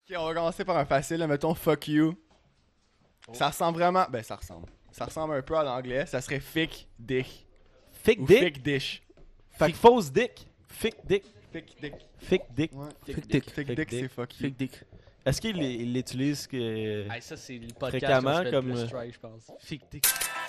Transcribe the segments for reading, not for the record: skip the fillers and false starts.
Ok, on va commencer par un facile, là, mettons fuck you. Ça ressemble vraiment. Ben, ça ressemble. Ça ressemble un peu à l'anglais. Ça serait fake dick. Fake Ou dick? fake dish. Fait que fausse dick. Fake dick. Fake dick. Fake dick. Ouais. Fake dick. Fake dick, c'est fuck you. Fake dick. Est-ce qu'il l'utilise que... Hey, ça, c'est le podcast Fréquemment, qu'on se fait comme, le plus strike, je pense. Fake dick.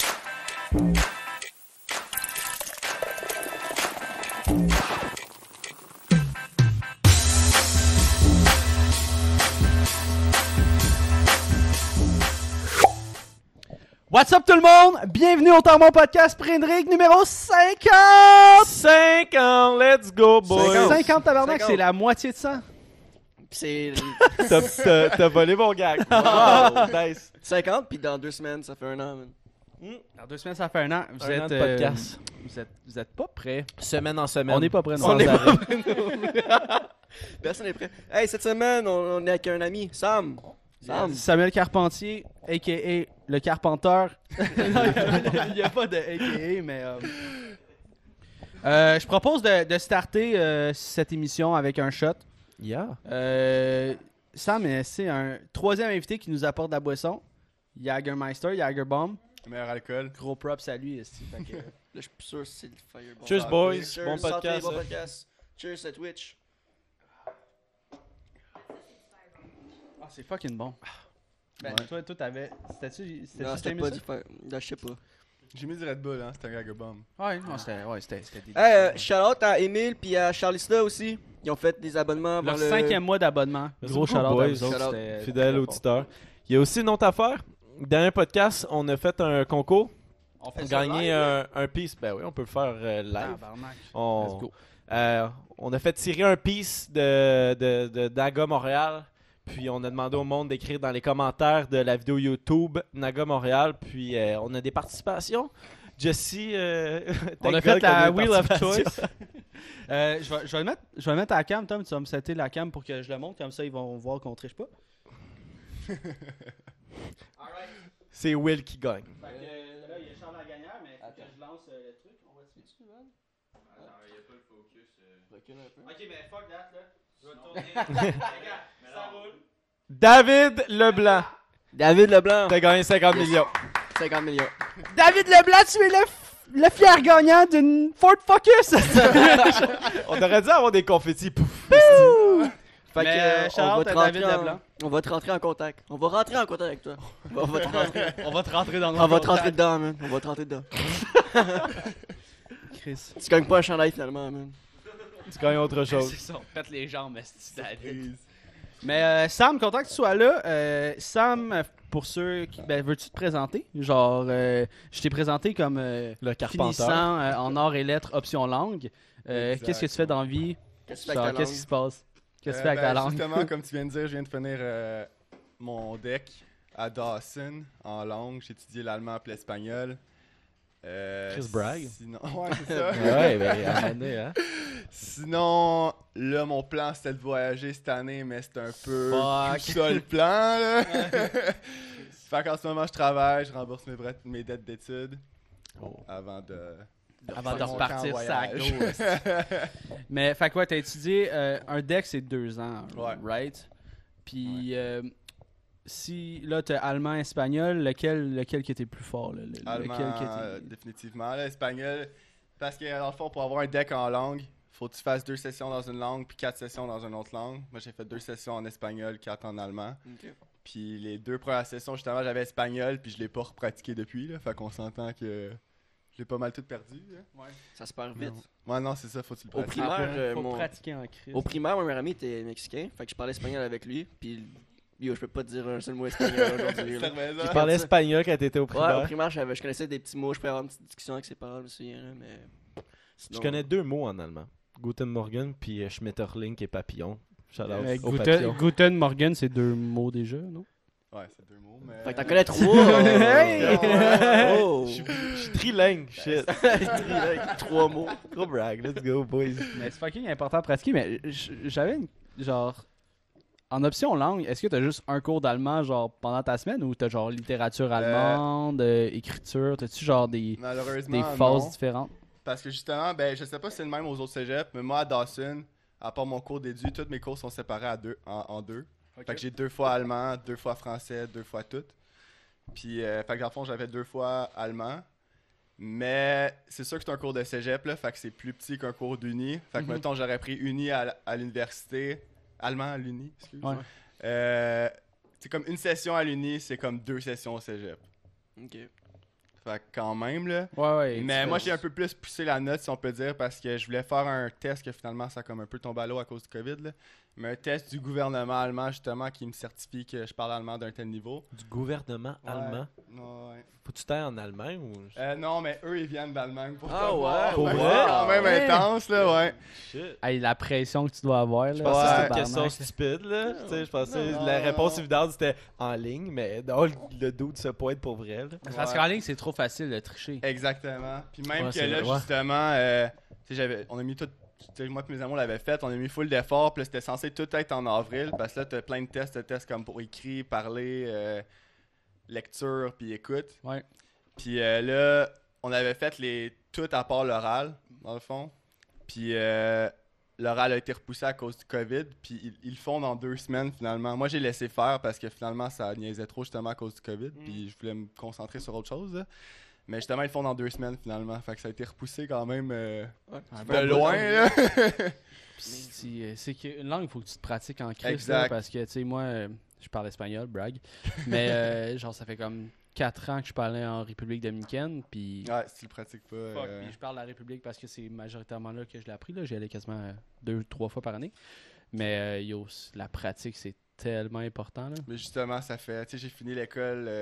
What's up tout le monde? Bienvenue au Tarmon Podcast Prindrig numéro 50! 50, let's go, boys! 50 tabarnak, 50. c'est la moitié de ça. C'est T'as volé mon gag. Wow, nice. 50, puis dans 2 semaines, ça fait 1 an. Man. Dans 2 semaines, ça fait un an. Vous Un êtes an de podcast. Vous êtes pas prêts. Semaine en semaine. On n'est pas prêts. Sans arrêt. Personne n'est prêt. Hey, cette semaine, on est avec un ami, Sam. Sam. Samuel Carpentier, a.k.a. le Carpenteur. Non, il n'y a pas de a.k.a. mais... je propose de starter cette émission avec un shot. Yeah. Sam, c'est un troisième invité qui nous apporte de la boisson. Jagermeister, Jagerbomb. Meilleur alcool. Gros props à lui. esti. Fait que- Là, je suis plus sûr si c'est le Fireball. Cheers, boys. Cheers, Bon santé, podcast. bon hein. podcast. Cheers à Twitch. Ah, c'est fucking bon. Ben, toi, t'avais. C'était-tu Non, c'était aimé pas ça? du Fire. Non, je sais pas. J'ai mis du Red Bull, hein. C'était un gag bomb. Ouais, non, c'était délicieux. Hey, shout-out à Emile puis à Charlista aussi. Ils ont fait des abonnements Leur vers le... 5e mois d'abonnement. Merci Gros beaucoup, shout-out à boys. vous autres. Shout-out. c'était Fidèle très auditeur. Il y a aussi une autre affaire. Dernier podcast, on a fait un concours. fort. On fait On a ça gagné live, un piece. Ben oui, on peut le faire live. Tabarnak. Let's On, go. on a fait tirer un piece de Naga Montréal. Puis on a demandé au monde d'écrire dans les commentaires de la vidéo YouTube Naga Montréal. Puis on a des participations. Jessie, On a fait la Wheel of Choice. Je vais le mettre à la cam, Tom. Tu vas me setter la cam pour que je le montre. Comme ça, ils vont voir qu'on triche pas. C'est Will qui gagne. Là, il y a Charles Lagagnère, mais faut que je lance le truc. On va dessus, man? il n'y a pas le focus. Recule un peu. Ok, mais fuck that, là. Je vais tourner. Regarde, ça roule. David Leblanc. David Leblanc. T'as gagné 50 millions. 50 millions. David Leblanc, tu es le fier gagnant d'une Ford Focus. On aurait dû avoir des confettis. Pouf. Fait Mais, que, shout-out à David Leblanc. on va te rentrer en contact. On va rentrer en contact avec toi. On va te rentrer. On va te rentrer dans le On va te rentrer dedans, man. On va te rentrer dedans. Chris. Tu gagnes pas un chandail finalement, man. Tu gagnes autre chose. C'est ça, on pète les jambes, esti, David. Mais Sam, content que tu sois là. Sam, pour ceux qui... Ben, veux-tu te présenter? Genre, je t'ai présenté comme Le carpenteur. finissant en arts et lettres, option langue. Exact. Qu'est-ce que tu fais dans la vie? Qu'est-ce que tu fais Genre, avec ta qu'est-ce qui langue? se passe? Qu'est-ce que tu fais avec ta langue? Justement, comme tu viens de dire, je viens de finir mon deck à Dawson en langue. J'ai étudié l'allemand et l'espagnol. Chris Bragg. Sinon, ouais, c'est ça. Ouais, ben, à un moment donné, hein. Sinon, là, mon plan, c'était de voyager cette année, mais c'est un peu Fuck. tout ça le plan, là. Fait qu'en ce moment, je travaille, je rembourse mes dettes d'études avant de Avant de faire mon repartir camp en sac voyage. d'eau. Mais, fait quoi, t'as étudié un deck, c'est 2 ans, Ouais. right? Puis, si, là, t'as allemand, espagnol, lequel qui était plus fort? Là? Allemand, Lequel qui était... définitivement. Là, espagnol, parce que dans le fond, pour avoir un deck en langue, faut que tu fasses 2 sessions dans une langue puis 4 sessions dans une autre langue. Moi, j'ai fait 2 sessions en espagnol, 4 en allemand. Ok. Puis les 2 premières sessions, justement, j'avais espagnol puis je l'ai pas repratiqué depuis. Là, fait qu'on s'entend que je l'ai pas mal tout perdu. Là. Ça se perd vite. Ouais, non, c'est ça, faut que tu le Au pratiques. primaire, Faut mon... pratiquer en crise. Au primaire, mon meilleur ami était mexicain. Fait que je parlais espagnol avec lui. Puis, yo, je peux pas te dire un seul mot espagnol aujourd'hui. là. Cerveza. Tu parlais espagnol quand t'étais au Ouais, au primaire. primaire, je connaissais des petits mots. Je pouvais avoir une petite discussion avec ses parents, je me souviens. Là, mais... Je Sinon- connais 2 mots en allemand. Guten Morgen puis Schmetterling et papillon. Shout out au Guten, papillon. Guten Morgen, c'est 2 mots déjà, non? Ouais, c'est 2 mots, mais... Fait que t'en connais 3. Hey! Oh! Je suis trilingue, shit. 3 mots. Gros brag, let's go, boys. Mais c'est fucking important de pratiquer, mais j'avais une... Genre... En option langue, est-ce que t'as juste un cours d'allemand genre pendant ta semaine ou t'as genre littérature allemande, écriture, t'as-tu genre des Malheureusement, phases non. différentes? Parce que justement, ben, je sais pas si c'est le même aux autres cégeps, mais moi à Dawson, à part mon cours d'édu, tous mes cours sont séparés en deux. Fait que j'ai 2 fois allemand, 2 fois français, 2 fois tout. Puis, fait que dans le fond, j'avais 2 fois allemand. Mais c'est sûr que c'est un cours de cégep, là. Fait que c'est plus petit qu'un cours d'uni. Fait que, mettons, j'aurais pris uni à l'université. Allemand à l'uni, excuse. Ouais. C'est comme une session à l'uni, c'est comme 2 sessions au cégep. Ok. Fait que quand même, là. Ouais. Mais moi, j'ai un peu plus poussé la note, si on peut dire, parce que je voulais faire un test que finalement, ça a comme un peu tombé à l'eau à cause du COVID, là. Mais un test du gouvernement allemand, justement, qui me certifie que je parle allemand d'un tel niveau. Du gouvernement allemand. Ouais. Faut-tu t'aller en Allemagne ou. Non, mais eux, ils viennent d'Allemagne pour Ah te voir. ouais, Pour Fait que vrai? c'est quand même Ouais. intense, là, ouais. Shit. Hey, la pression que tu dois avoir, Je là. pensais que c'était une tabarnak. question stupide, là. Tu sais, je pensais Non, la non, réponse non. évidente c'était en ligne, mais non, le doute se pointe pour vrai, là. Parce qu'en ligne, c'est trop facile de tricher. Exactement. Puis même Ouais, que c'est là, vrai. justement, tu sais, on a mis tout. Tu sais, moi et mes amis, on l'avait fait, on a mis full d'efforts, puis là, c'était censé tout être en avril, parce que là, t'as plein de tests comme pour écrit, parler, lecture, puis écoute. Ouais. Puis là, on avait fait tout à part l'oral, dans le fond. Puis l'oral a été repoussé à cause du COVID, puis ils le font dans 2 semaines finalement. Moi, j'ai laissé faire parce que finalement, ça niaisait trop justement à cause du COVID, puis je voulais me concentrer sur autre chose, là. Mais justement, ils le font dans 2 semaines finalement. Fait que ça a été repoussé quand même de loin, là. C'est qu'une langue, il faut que tu te pratiques en crise. Exact. Là, parce que, tu sais, moi, je parle espagnol, brag. Mais, genre, ça fait comme 4 ans que je parlais en République dominicaine. Puis, Ouais, si tu le pratiques pas. puis je parle de la République parce que c'est majoritairement là que je l'ai appris. Là. J'y allais quasiment 2-3 fois par année. Mais, la pratique, c'est tellement important. Là. Mais justement, ça fait. Tu sais, j'ai fini l'école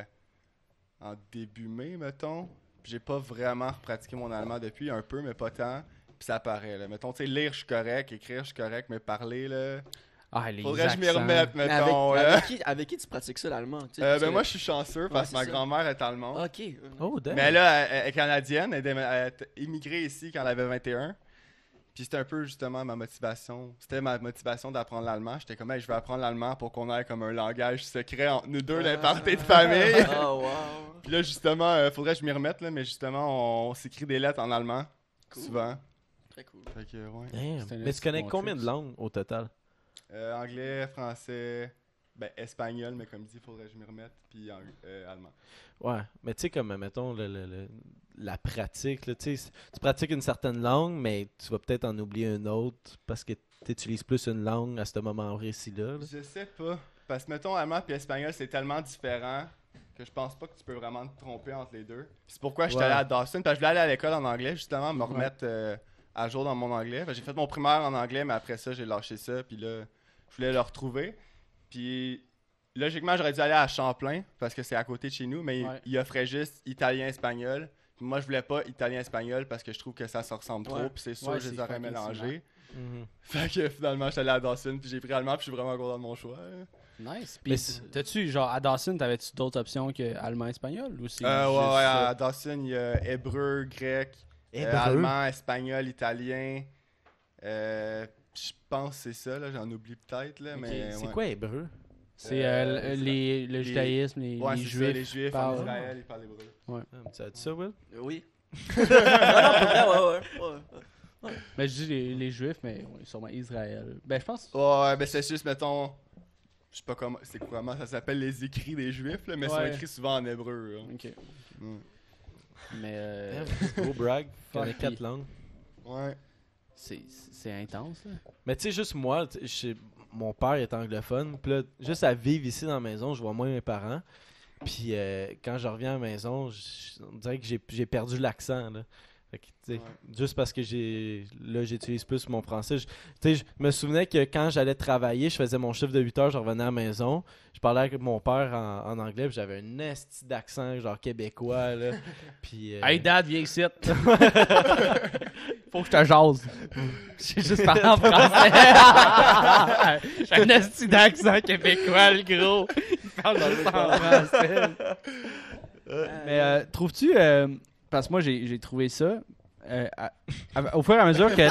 en début mai, mettons. Puis j'ai pas vraiment pratiqué mon allemand depuis, un peu, mais pas tant. Puis ça paraît, là. Mettons, tu sais, lire, je suis correct, écrire, je suis correct, mais parler, là. Ah, les Faudrait que je m'y accents. remette, Mais mettons. là. avec qui tu pratiques ça, l'allemand? Tu sais, parce Ben que- moi, je suis chanceux parce que Ouais, ma c'est ça. grand-mère est allemande. Ok. Oh, damn. Mais là, elle est canadienne, elle est immigrée ici quand elle avait 21. Puis c'était un peu justement ma motivation. C'était ma motivation d'apprendre l'allemand. J'étais comme, hey, je vais apprendre l'allemand pour qu'on ait comme un langage secret entre nous deux, d'un party de famille. Oh, wow. Puis là, justement, faudrait que je m'y remette, là, mais justement, on s'écrit des lettres en allemand, Cool. souvent. Très cool. Fait que, ouais. Damn. C'est un Mais tu connais bon combien de tricks. langues au total? Anglais, français, espagnol, mais comme dit, faudrait que je m'y remette, puis allemand. Ouais, mais tu sais, comme, mettons, la pratique, là, tu sais, tu pratiques une certaine langue, mais tu vas peut-être en oublier une autre parce que tu utilises plus une langue à ce moment précis-là. Là. Je sais pas. Parce que, mettons, allemand puis espagnol, c'est tellement différent que je pense pas que tu peux vraiment te tromper entre les deux. Puis c'est pourquoi j'étais Ouais. allé à Dawson. Parce que je voulais aller à l'école en anglais, justement, me remettre à jour dans mon anglais. Fait que j'ai fait mon primaire en anglais, mais après ça, j'ai lâché ça. Puis là, je voulais le retrouver. Puis logiquement, j'aurais dû aller à Champlain parce que c'est à côté de chez nous, mais Ouais. il offrait juste italien-espagnol. Puis moi, je voulais pas italien-espagnol parce que je trouve que ça se ressemble trop. Ouais. Puis c'est sûr Ouais, que je c'est les aurais fucking mélangés. Mhm. Fait que finalement, je suis allé à Dawson, puis j'ai pris allemand, puis je suis vraiment content de mon choix. Nice. Mais Puis, t'as-tu, genre, à Dawson, t'avais-tu d'autres options que allemand-espagnol? Ou c'est Ouais, juste ouais, ça? à Dawson, il y a hébreu, grec, Hébreu? allemand, espagnol, italien. Je pense que c'est ça, là, j'en oublie peut-être, là, Ok, mais. C'est ouais. quoi hébreu? C'est le judaïsme, les Ouais, c'est ça, juifs. les juifs parlent- en Israël, ils parlent hébreu. Ah, tu as dit ça, Will? Oui. Non, non, pour vrai, ouais. Mais je dis les juifs, mais ouais, sûrement Israël. Ben, je pense. Ouais, ben c'est juste, mettons. Je sais pas comment ça s'appelle les écrits des juifs, là, mais ils sont Ouais. écrits souvent en hébreu. Là. Ok. Mm. Mais Gros brag, je connais Fuck, 4 puis- langues. Ouais. c'est intense, là. Mais tu sais, juste moi, mon père est anglophone, puis là, juste à vivre ici dans la maison, je vois moins mes parents. Puis quand je reviens à la maison, on dirait que j'ai perdu l'accent, là. Fait que, tu sais, Ouais. juste parce que j'utilise plus mon français. Tu sais, je me souvenais que quand j'allais travailler, je faisais mon chiffre de 8 heures, je revenais à la maison, je parlais avec mon père en anglais, puis j'avais un esti d'accent, genre québécois, là. Puis, Hey dad, viens ici. Faut que je te jase. J'ai juste parlé en français. J'ai un esti d'accent québécois, le gros. Il parle juste en français. Mais trouves-tu, parce que moi j'ai trouvé ça, au fur et à mesure que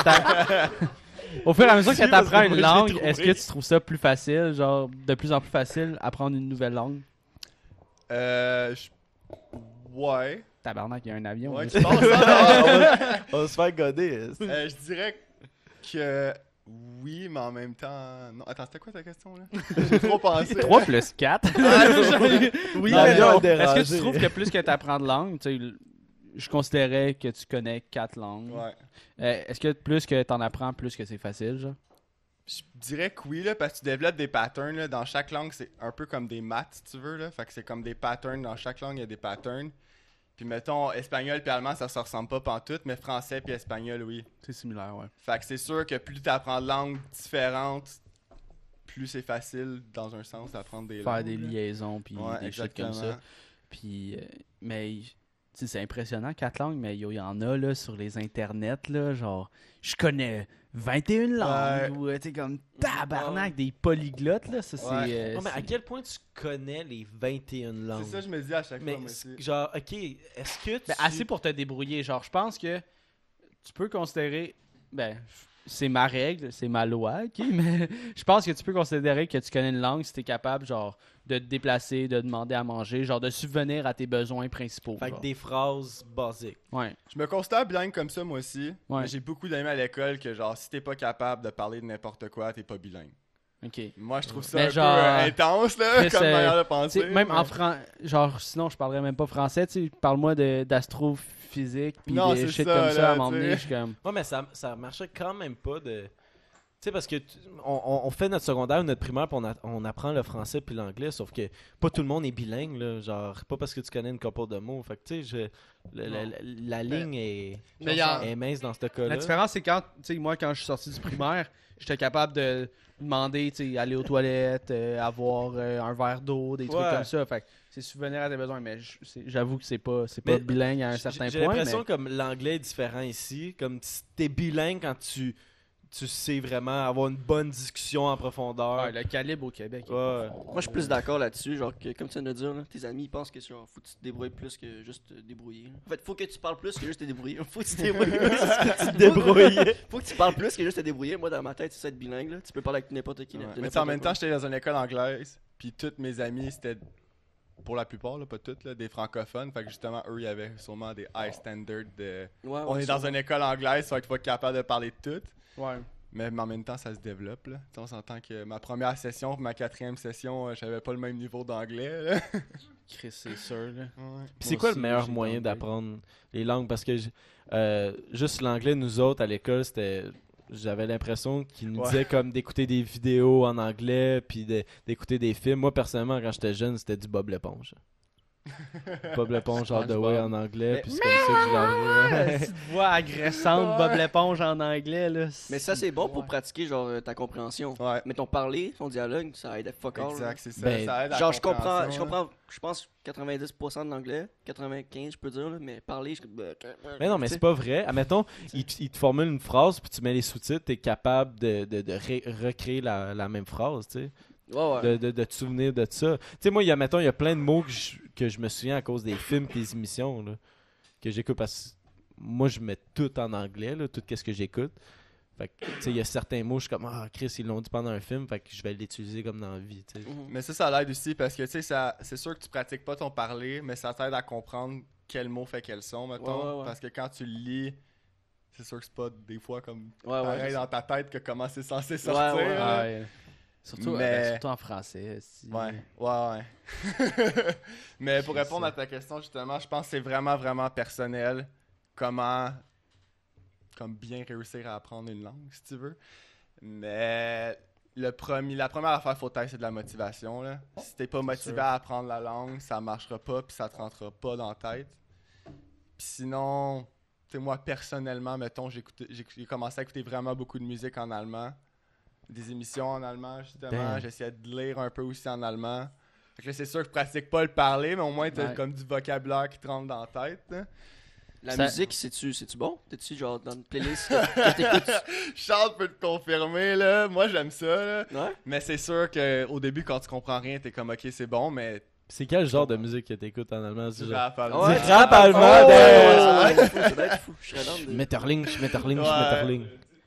au fur et à mesure que t'apprends une Moi, j'ai langue, est-ce que trouvé. tu trouves ça plus facile, genre de plus en plus facile apprendre une nouvelle langue? Ouais. Tabarnak, il y a un avion. Ouais, là. tu penses ça? on va se faire goder. Je dirais que Oui, mais en même temps. Non, attends, c'était quoi ta question là? J'ai trop pensé. 3 plus 4. Oui, La mais vie a non. dérangé. Est-ce que tu trouves que plus que tu apprends de langue, tu sais, je considérais que tu connais 4 langues. Ouais. Est-ce que plus que tu en apprends, plus que c'est facile, genre? Je dirais que oui, là, parce que tu développes des patterns. Là. Dans chaque langue, c'est un peu comme des maths, si tu veux. Là. Fait que c'est comme des patterns. Dans chaque langue, il y a des patterns. Puis mettons, espagnol puis allemand, ça se ressemble pas pantoute, mais français puis espagnol, oui. C'est similaire, ouais. Fait que c'est sûr que plus tu apprends de langues différentes, plus c'est facile, dans un sens, d'apprendre des langues. Faire des là. liaisons, puis Ouais, des shit comme exactement. ça. Puis, mais, tu sais, c'est impressionnant, 4 langues, mais il y en a, là, sur les internets, là, genre, je connais 21 langues, ou, tu sais, comme, tabarnak, des polyglottes, là, ça, c'est... Ouais. Non, mais à quel point tu connais les 21 langues? C'est ça, je me dis à chaque Mais fois, moi aussi. genre, ok, est-ce que tu... Ben, assez pour te débrouiller. Genre, je pense que tu peux considérer. Ben, c'est ma règle, c'est ma loi, ok? Mais je pense que tu peux considérer que tu connais une langue si t'es capable, genre, de te déplacer, de demander à manger, genre, de subvenir à tes besoins principaux. Fait que genre. des phrases basiques. Ouais. Je me considère bilingue comme ça, moi aussi. Ouais. Mais j'ai beaucoup d'amis à l'école que, genre, si t'es pas capable de parler de n'importe quoi, t'es pas bilingue. Ok. Moi, je trouve ça Mais un genre, peu intense, là, Chris, comme manière de Tu penser. sais, même mais- en français, genre, sinon, je parlerais même pas français, tu sais, parle-moi d'astrophysique, puis Non, des c'est shit ça, comme ça, là, à un moment tu donné, sais. je suis comme. Ouais, mais ça marchait quand même pas de... Tu sais, parce que on fait notre secondaire ou notre primaire, puis on apprend le français puis l'anglais, sauf que pas tout le monde est bilingue, là. Genre, pas parce que tu connais une couple de mots. Fait que, tu sais, la ligne Mais y a- est mince dans ce cas-là. La différence, c'est quand, tu sais, moi, quand je suis sorti du primaire, j'étais capable de demander, tu sais, aller aux toilettes, avoir un verre d'eau, des trucs Ouais. comme ça. Fait que c'est subvenir à tes besoins, mais j'avoue que c'est pas Mais bilingue à un certain J'ai point. l'impression Mais... comme l'anglais est différent ici. Comme t'es bilingue quand tu sais vraiment avoir une bonne discussion en profondeur. Ouais, le calibre au Québec. Ouais. Moi, je suis plus d'accord là-dessus. Genre, que, comme tu viens de dire, là, tes amis ils pensent que genre, faut que tu te débrouilles plus que juste te débrouiller. là. En fait, faut que tu parles plus que juste te débrouiller. Faut que tu te débrouilles plus. Tu te débrouilles. Faut que tu parles plus que juste te débrouiller. Moi, dans ma tête, c'est ça être bilingue. Là. Tu peux parler avec n'importe qui. Ouais. de Mais tu sais, n'importe en même quoi. temps, j'étais dans une école anglaise, puis toutes mes amis, c'était, pour la plupart, là, pas toutes, là, des francophones. Fait que justement, eux, il y avait sûrement des high standards de... Ouais, On ouais, est dans sûrement. une école anglaise, fait qu'il faut être capable de parler de tout. Ouais. Mais en même temps, ça se développe. Là. Tu sais, on s'entend que ma première session et ma quatrième session, j'avais pas le même niveau d'anglais. là. Chris, c'est sûr. Là. Ouais. Puis c'est Moi quoi aussi, le meilleur j'ai moyen l'anglais. d'apprendre les langues? Parce que juste l'anglais, nous autres, à l'école, j'avais l'impression qu'ils nous Ouais. disaient comme d'écouter des vidéos en anglais puis d'écouter des films. Moi, personnellement, quand j'étais jeune, c'était du Bob l'éponge. Bob l'éponge, genre Ouais, de du way Bob. en anglais, Mais- puis c'est comme ça que je l'avais. Petite voix agressante, Bob l'éponge en anglais. Là. Mais ça, c'est bon pour Ouais. pratiquer genre ta compréhension. Ouais. Mais ton parler, ton dialogue, ça aide à fuck all. là. Exact, c'est ça. Ben, ça aide à la Genre, je compréhension, comprends, je pense 90% de l'anglais, 95% je peux dire, là, mais parler, je... Mais non, mais c'est pas vrai. Admettons, il te formule une phrase, puis tu mets les sous-titres, t'es capable de recréer la même phrase, tu sais. Ouais, ouais. De te souvenir de ça. Tu sais, moi, il y a plein de mots que je me souviens à cause des films et des émissions là, que j'écoute parce que moi, je mets tout en anglais, là, tout ce que j'écoute. Fait que, tu sais, il y a certains mots, je suis comme, ah, Chris, ils l'ont dit pendant un film, fait que je vais l'utiliser comme dans la vie, tu sais. Mhm. Mais ça l'aide aussi parce que, tu sais, c'est sûr que tu pratiques pas ton parler, mais ça t'aide à comprendre quel mot fait quel son, mettons. Ouais, ouais. Parce que quand tu le lis, c'est sûr que c'est pas des fois comme Ouais, ouais. pareil c'est dans ta tête que comment c'est censé Ouais, sortir. ouais, là. Ouais. Surtout, Mais- surtout en français. si- Ouais. Mais pour C'est répondre ça. à ta question, justement, je pense que c'est vraiment, vraiment personnel comment comme bien réussir à apprendre une langue, si tu veux. Mais la première affaire faut être, c'est de la motivation. Là. Si t'es pas motivé sûr. à apprendre la langue, ça marchera pas puis ça te rentrera pas dans la tête. Puis sinon, tu sais, moi personnellement, mettons, j'ai commencé à écouter vraiment beaucoup de musique en allemand. Des émissions en allemand, justement. Damn. J'essayais de lire un peu aussi en allemand. Fait que là, c'est sûr que je pratique pas le parler, mais au moins, t'as Ouais. comme du vocabulaire qui te rentre dans la tête. hein. La Ça- musique, c'est-tu bon? T'es-tu genre dans une playlist que t'écoutes? Charles peut te confirmer, là. Moi, j'aime ça, là. Ouais? Mais c'est sûr qu'au début, quand tu comprends rien, t'es comme, OK, c'est bon, mais C'est quel genre de musique que t'écoutes en allemand? C'est du genre... rap Ah allemand. ouais, Du rap allemand, Oh, damn! ouais. Ça doit être fou. Je serais dans de... Schmetterling, Schmetterling, Ouais. Schmetterling.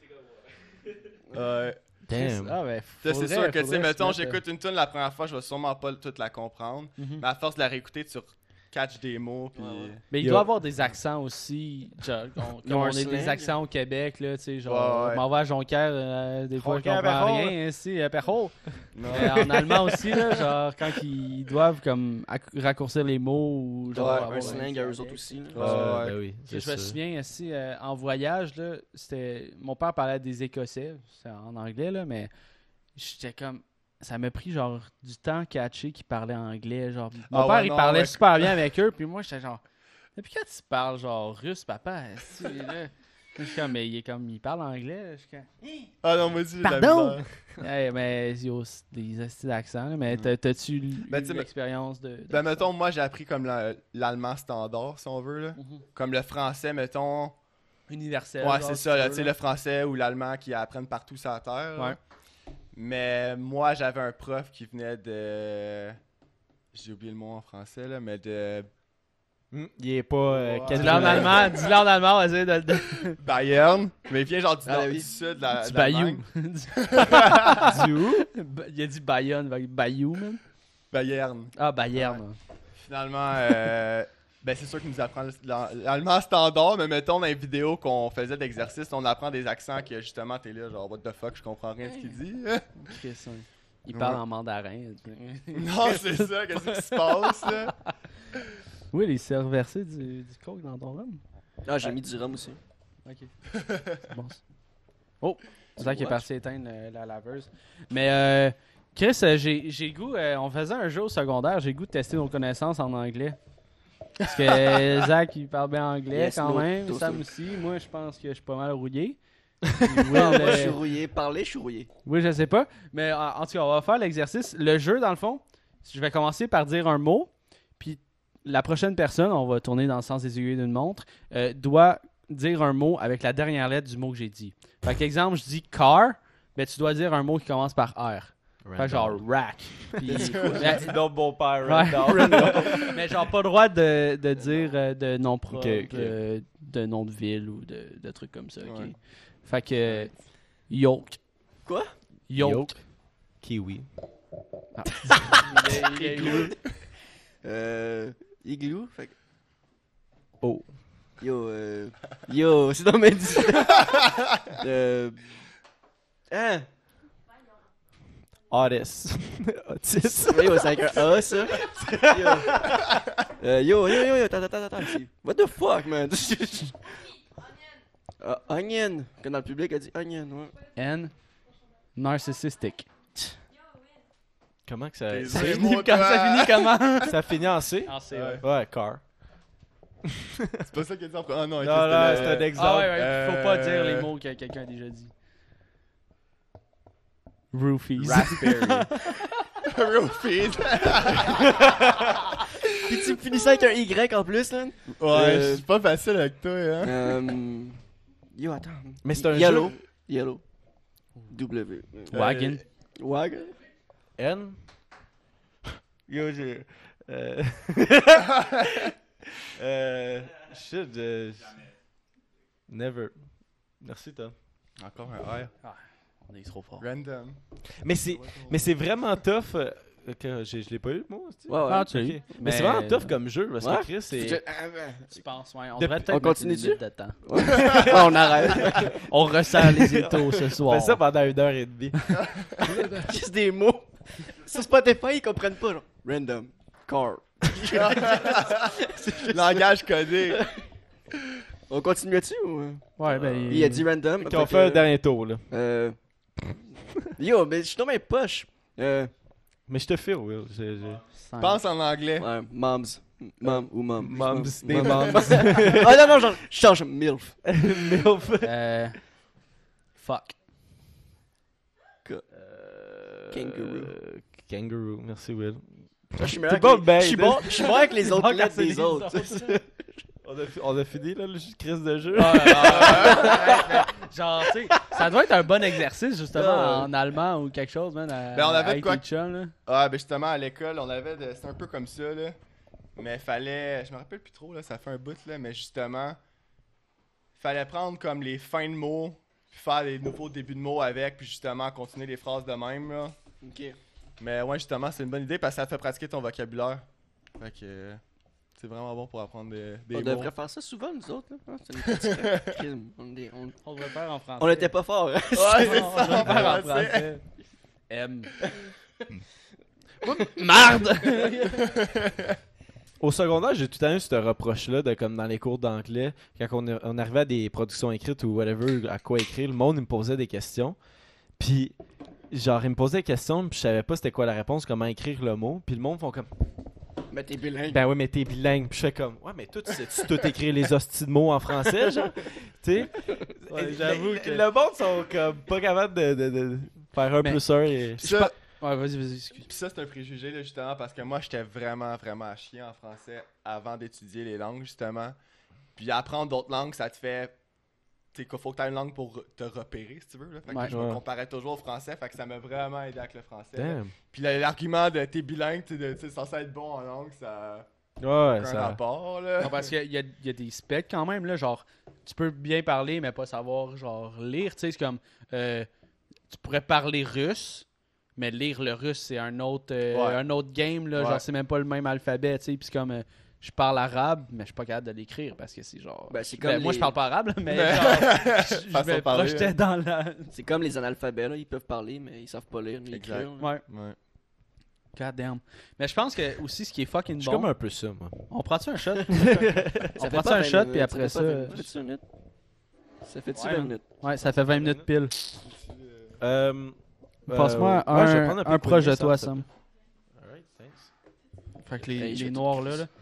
Ouais. Damn. Ah, ben, Ça, c'est faudrait- sûr que, tu sais, faudrait mettons, se mettre, j'écoute une tune la première fois, je vais sûrement pas toute la comprendre. Mhm. Mais à force de la réécouter, tu catch des mots. Puis... Ouais. Mais il doit avoir des accents aussi. Genre, comme ont on un est des slang. accents au Québec, là, tu sais, genre, Ouais. je m'en vais à Jonquière, des fois, je Jonquière, comprends Perrault. rien, ici, Perrault. Non. En allemand aussi, là, genre, quand ils doivent, comme, raccourcir les mots ou, genre, Ouais, avoir Un slang à eux dialecte. autres aussi. là. Ouais. Ben oui, Je c'est me ça. souviens aussi, en voyage, là, mon père parlait des Écossais, c'est en anglais, là, mais j'étais comme, ça m'a pris genre du temps à catcher qu'ils parlaient anglais, genre, mon Ah père ouais, il non, parlait ouais. super bien avec eux, puis moi j'étais genre, depuis quand tu parles genre russe, papa, est-ce que, là? Je suis comme, mais il parle anglais, je suis comme, Ah non, moi aussi, j'ai de la Pardon? misère. hey, mais il y a aussi des astuces d'accent, là, mais t'as-tu Ben, eu tu sais, l'expérience de... Ben, mettons, moi, j'ai appris comme l'allemand standard, si on veut, là. Mhm. Comme le français, mettons. Universel. Ouais, genre, c'est si ça, là, tu tu sais, veux, le français ou l'allemand qui apprennent partout sur la terre. là. Ouais. Mais moi, j'avais un prof qui venait de. J'ai oublié le mot en français, là, mais de Il est pas. Ouais. Dis-le en allemand, dis-le en allemand, on va essayer de le... Bayern. Mais il vient genre du, Ah, nord, oui. du sud de la. Du de Bayou. l'Allemagne. Du où? Il a dit Bayonne, Bayou, même. Bayern. Ah, Bayern. Finalement, ben c'est sûr qu'il nous apprend l'allemand standard, mais mettons dans les vidéos qu'on faisait d'exercice, on apprend des accents que justement t'es là, genre what the fuck, je comprends rien de ce qu'il dit. Chris, hein. Il parle Ouais. en mandarin. Non, c'est ça, qu'est-ce qui se passe là? Oui, les serres versés du coke dans ton rhum. Ah, j'ai mis du rhum aussi. Ok. C'est bon ça. Oh! C'est ça qui est Watch. parti éteindre la laveuse. Mais Chris, j'ai le goût, on faisait un jeu au secondaire, j'ai le goût de tester nos connaissances en anglais. Parce que Zach, il parle bien anglais Yes, quand no, même, no, Sam no. aussi. Moi, je pense que je suis pas mal rouillé. Ah, Will, moi, je suis rouillé. Parler, je suis rouillé. Oui, je sais pas. Mais en tout cas, on va faire l'exercice. Le jeu, dans le fond, je vais commencer par dire un mot. Puis la prochaine personne, on va tourner dans le sens des aiguilles d'une montre, doit dire un mot avec la dernière lettre du mot que j'ai dit. Fait qu'exemple, je dis car, ben tu dois dire un mot qui commence par R. Fait que genre rack. Puis- Dis donc bon père, Ouais, Randall. mais genre pas le droit de dire de nom propre, Ok, ok. de nom de ville ou de trucs comme ça. ok? Ouais. Fait que Yolk. Quoi? Yolk. Kiwi. Il est où? Igloo. Fait que- Oh. Yo, c'est dans mes dit. Hein? Otis. Otis. Yo, c'est avec un A, ça. Yo, attends. What the fuck, man? Onion. Quand dans le public, elle dit onion, ouais. N. Narcissistic. Comment que ça. Les Ça, vrais Quand mots, ça toi. finit comment? ça finit en C? Ah, c'est Ouais. Ouais, car. C'est pas ça qu'il a dit en premier. Ah non, Non, non, c'est un exemple. Ah ouais, faut pas dire Euh, les mots que quelqu'un a déjà dit. Roofies. Raspberry. Roofies. Puis tu finissais avec un Y en plus, là. Ouais, c'est pas facile avec toi, hein. Yo, attends. Mais c'est un Yellow. jeu. Yellow. W. Wagon. Wagon. N. Yo, j'ai. Shit. Never. Merci, Tom. Encore un R. On est trop fort. Random. Mais c'est vraiment tough. Que je l'ai pas eu, moi. c'est-tu? Ouais, ouais. Ah, tu l'as Ok. eu. Mais c'est vraiment tough comme jeu parce Ouais. que Chris, c'est. Tu penses, ouais. On Depuis- devrait On peut-être mettre continue une limite dessus? de temps. Ouais, on arrête. On ressent les étaux ce On soir. fait ça pendant 1h30. Juste des mots. Sur Spotify, ils comprennent pas, genre. Random. Car. Langage codé. On continue là-dessus ou. Ouais, ben. Il a dit random. Qui ont fait un dernier tour, là. Yo, mais je suis dans mes poches. Mais je te file, Will. cinq. Pense en anglais. Ouais, moms. Mom ou mom. Moms, des Mom. moms. Ah non, genre, je change. MILF. Milf. Fuck. Kangaroo. Kangaroo, merci, Will. Je suis T'es pas bête, Je suis bon, je suis bon avec les autres Bon, lettres quand c'est des les autres. On a fini, là, le crise de jeu. Genre, tu sais, ça doit être un bon exercice, justement, Ah, ouais. en allemand ou quelque chose, man. Ben, on avait de quoi- là. Ah, ben justement, à l'école, on avait. C'était un peu comme ça, là. Mais fallait. Je me rappelle plus trop, là. Ça fait un bout, là. Mais justement. Fallait prendre comme les fins de mots. Puis faire des nouveaux débuts de mots avec. Puis justement, continuer les phrases de même, là. Ok. Mais ouais, justement, c'est une bonne idée parce que ça te fait pratiquer ton vocabulaire. Fait que. C'est vraiment bon pour apprendre des On mots. devrait faire ça souvent, nous autres. Là. Hein, c'est une petite crime. On devrait faire en français. On était pas forts. Hein? Ouais, c'est On devrait faire en ça. français. M. Marde! Au secondaire, j'ai tout le temps eu ce reproche-là de comme dans les cours d'anglais, quand on arrivait à des productions écrites ou whatever, à quoi écrire, le monde il me posait des questions. Puis, genre, il me posait des questions, puis je savais pas c'était quoi la réponse, comment écrire le mot. Puis le monde font comme, Mais t'es bilingue. ben oui, mais t'es bilingue. Puis je fais comme, ouais, mais toi, tu sais-tu tout écrire les hosties de mots en français, genre? Tu sais? Ouais, j'avoue Mais que- le monde sont comme pas capables de faire un Mais- plus un et... Ça, Ouais, vas-y, excuse. Puis ça, c'est un préjugé, là, justement, parce que moi, j'étais vraiment, vraiment à chier en français avant d'étudier les langues, justement. Puis apprendre d'autres langues, ça te fait... Tu sais, qu'il faut que tu aies une langue pour te repérer, si tu veux. Là. Fait que Ouais. je me Ouais. comparais toujours au français, fait que ça m'a vraiment aidé avec le français. là. Damn. Puis l'argument de t'es bilingue, tu sais, censé être bon en langue, ça Ouais, a aucun ça... rapport, là. Non, parce qu'il y a des specs quand même, là, genre, tu peux bien parler, mais pas savoir, genre, lire, tu sais, c'est comme, tu pourrais parler russe, mais lire le russe, c'est un autre game, là, Ouais. genre, c'est même pas le même alphabet, tu sais, puis c'est comme, je parle arabe, mais je suis pas capable de l'écrire, parce que c'est genre... Ben, c'est comme moi, les- je parle pas arabe, là, mais Mais- genre, je Façon de me parler, projetais hein. dans la... C'est comme les analphabètes, là. Ils peuvent parler, mais ils savent pas lire ni Exact. écrire. là. Ouais, Ouais. god damn. Mais je pense que, aussi, ce qui est fucking Je suis bon... comme un peu ça, moi. On prend-tu un shot? Ça On fait prend-tu pas un 20 shot, minutes, puis après ça. fait ça... pas 20 Ça fait-tu 20 minutes? Ça fait-tu Ouais. 20 minutes? Ouais, ça fait 20 minutes pile. Ouais, Passe-moi ouais, je vais prendre un peu proche de poignée, toi, ça. Sam. Alright, thanks. Fait que Hey, je les vais noirs, tout- là.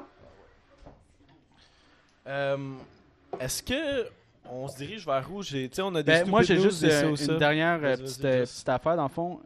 Est-ce que on se dirige vers où? Tu sais, on a des Ben, moi, j'ai stupid news, juste des ça ou ça. une dernière Vas-y, petite, vas-y, Jess. petite affaire, dans le fond.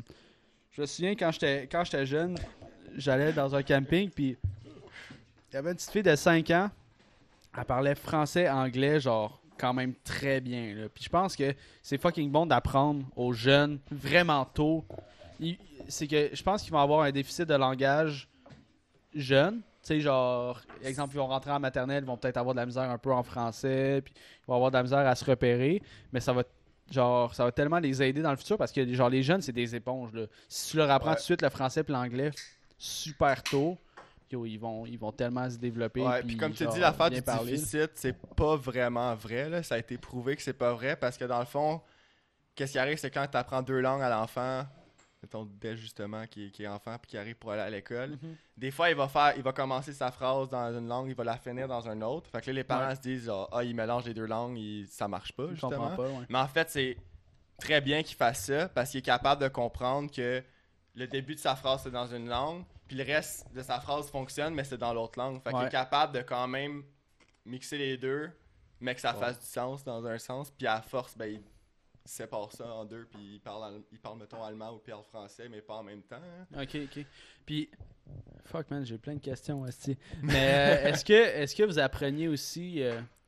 Je me souviens, quand j'étais jeune, j'allais dans un camping, puis il y avait une petite fille de 5 ans. Elle parlait français, anglais, genre, quand même très bien. Là. Puis je pense que c'est fucking bon d'apprendre aux jeunes vraiment tôt. C'est que je pense qu'ils vont avoir un déficit de langage jeune. Tu sais, genre, exemple, ils vont rentrer en maternelle, ils vont peut-être avoir de la misère un peu en français, puis ils vont avoir de la misère à se repérer, mais ça va tellement les aider dans le futur parce que genre les jeunes, c'est des éponges. Là. Si tu leur apprends Ouais. tout de suite le français et l'anglais super tôt, yo, ils vont tellement se développer. Ouais, puis comme tu genre, dis, l'affaire bien du parler. déficit, c'est pas vraiment vrai. Là. Ça a été prouvé que c'est pas vrai parce que dans le fond, qu'est-ce qui arrive, c'est quand tu apprends 2 langues à l'enfant, mettons dès justement qui est enfant puis qui arrive pour aller à l'école, Mhm. des fois il va commencer sa phrase dans une langue, il va la finir dans une autre. Fait que là, les parents se disent il mélange les 2 langues, ça marche pas Je comprends justement. pas, ouais. Mais en fait, c'est très bien qu'il fasse ça parce qu'il est capable de comprendre que le début de sa phrase c'est dans une langue, puis le reste de sa phrase fonctionne, mais c'est dans l'autre langue. Fait qu'il Ouais. est capable de quand même mixer les deux, mais que ça fasse du sens dans un sens, puis à force, ben, il sépare ça en deux, puis il parle mettons, allemand ou il parle français, mais pas en même temps. hein. Ok. Puis, fuck man, j'ai plein de questions aussi. Mais est-ce que vous appreniez aussi,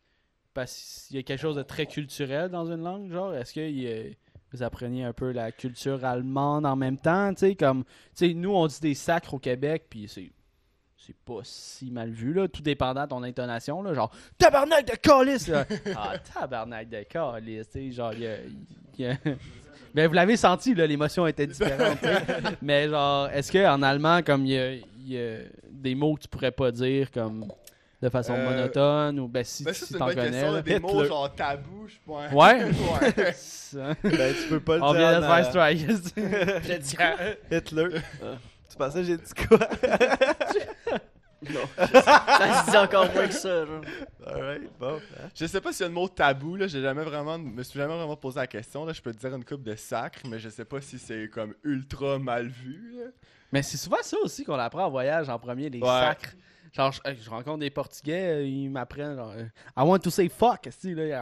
parce qu'il y a quelque chose de très culturel dans une langue, genre, est-ce que vous appreniez un peu la culture allemande en même temps, tu sais, comme, tu sais, nous on dit des sacres au Québec, puis c'est pas si mal vu, là, tout dépendant de ton intonation, là, genre « Tabarnak de calice! » là. Ah, tabarnak de calice, tu sais, genre, il y a... Ben, vous l'avez senti, là, l'émotion était différente, tu sais. Mais genre, est-ce qu'en allemand, comme il y a des mots que tu pourrais pas dire, comme de façon monotone, ou ben si, Ben, ça, si c'est une t'en bonne connais, question, là. là, des mots Hitler. genre tabou, je pense. Ouais? Ouais. Ça. Ben, tu peux pas le On dire. vient de en, se faire strike. J'ai dit quoi? Hitler. Ah. Tu pensais que j'ai dit quoi? Non. Ça se dit encore moins que ça. Genre. Alright, bon. Je sais pas s'il y a le mot tabou, là, me suis jamais vraiment posé la question, là, je peux te dire une coupe de sacre, mais je sais pas si c'est comme ultra mal vu, là. Mais c'est souvent ça aussi qu'on apprend en voyage en premier, les Ouais. sacres. Genre, je rencontre des Portugais, ils m'apprennent genre, I want to say fuck, esti, là.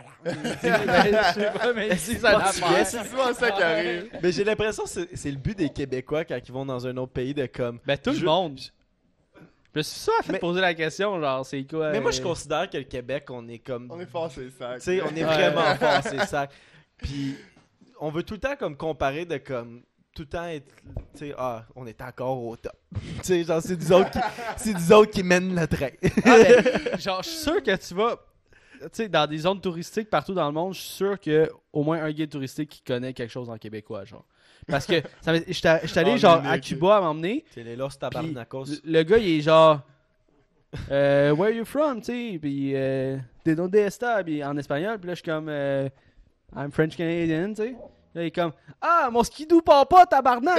Je sais pas, mais ici, ça Portugais, c'est souvent ça qui arrive. Mais j'ai l'impression que c'est le but des Québécois quand ils vont dans un autre pays de comme. Ben, tout le Je- monde. Je me suis souvent fait Mais- poser la question, genre, c'est quoi. Mais moi, je considère que le Québec, on est comme. On est fort sur les sacs. Tu sais, on est Ouais. vraiment fort, c'est ça. Puis, on veut tout le temps comme comparer de comme. Tout le temps être. Tu sais, on est encore au top. Tu sais, genre, c'est des autres qui mènent le train. Ah, ben, genre, je suis sûr que tu vas. Tu sais, dans des zones touristiques partout dans le monde, je suis sûr qu'il y a au moins un guide touristique qui connaît quelque chose en québécois, genre. Parce que j'étais allé, Oh, genre, unique. à Cuba à m'emmener. C'est les Los Tabarnakos. Le gars, il est genre. Where are you from, tu sais, puis de donde esta, puis en espagnol, puis là, je suis comme, I'm French Canadian, tu sais. Là, il est comme, ah, mon skidoo part pas, tabarnak!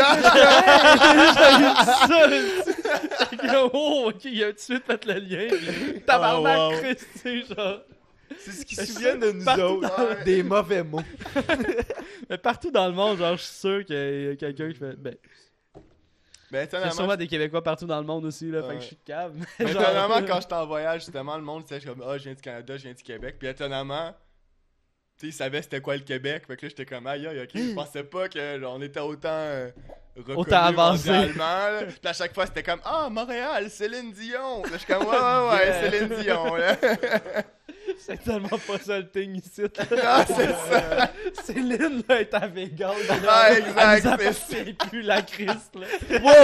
Oh, ok, il a tout de suite fait le lien. Tabarnak, Oh, wow. Christ, tu sais, genre. C'est ce qui se souvient de nous Partout autres. Des mauvais mots. Mais partout dans le monde, genre, je suis sûr qu'il y a quelqu'un qui fait. Ben, Ben, il y a étonnamment, sûrement des Québécois partout dans le monde aussi, là, fait Ouais. que je suis cave. mais Genre- étonnamment, quand j'étais en voyage, justement, le monde, c'était comme, ah, je viens du Canada, je viens du Québec. Puis étonnamment, tu sais, ils savaient c'était quoi le Québec. Fait que là, j'étais comme, aïe, aïe, ok. Je pensais pas que genre, on était autant reconnus Autant avancé. mondialement, là. Puis à chaque fois, c'était comme, ah, Montréal, Céline Dion. Là, je suis comme, ouais, Céline Dion, là. C'est tellement pas ça le thing ici. là. Ah, c'est ça. Céline, là, est à Vegas. Ah, exact, Elle nous c'est appartient plus, la Christ, là.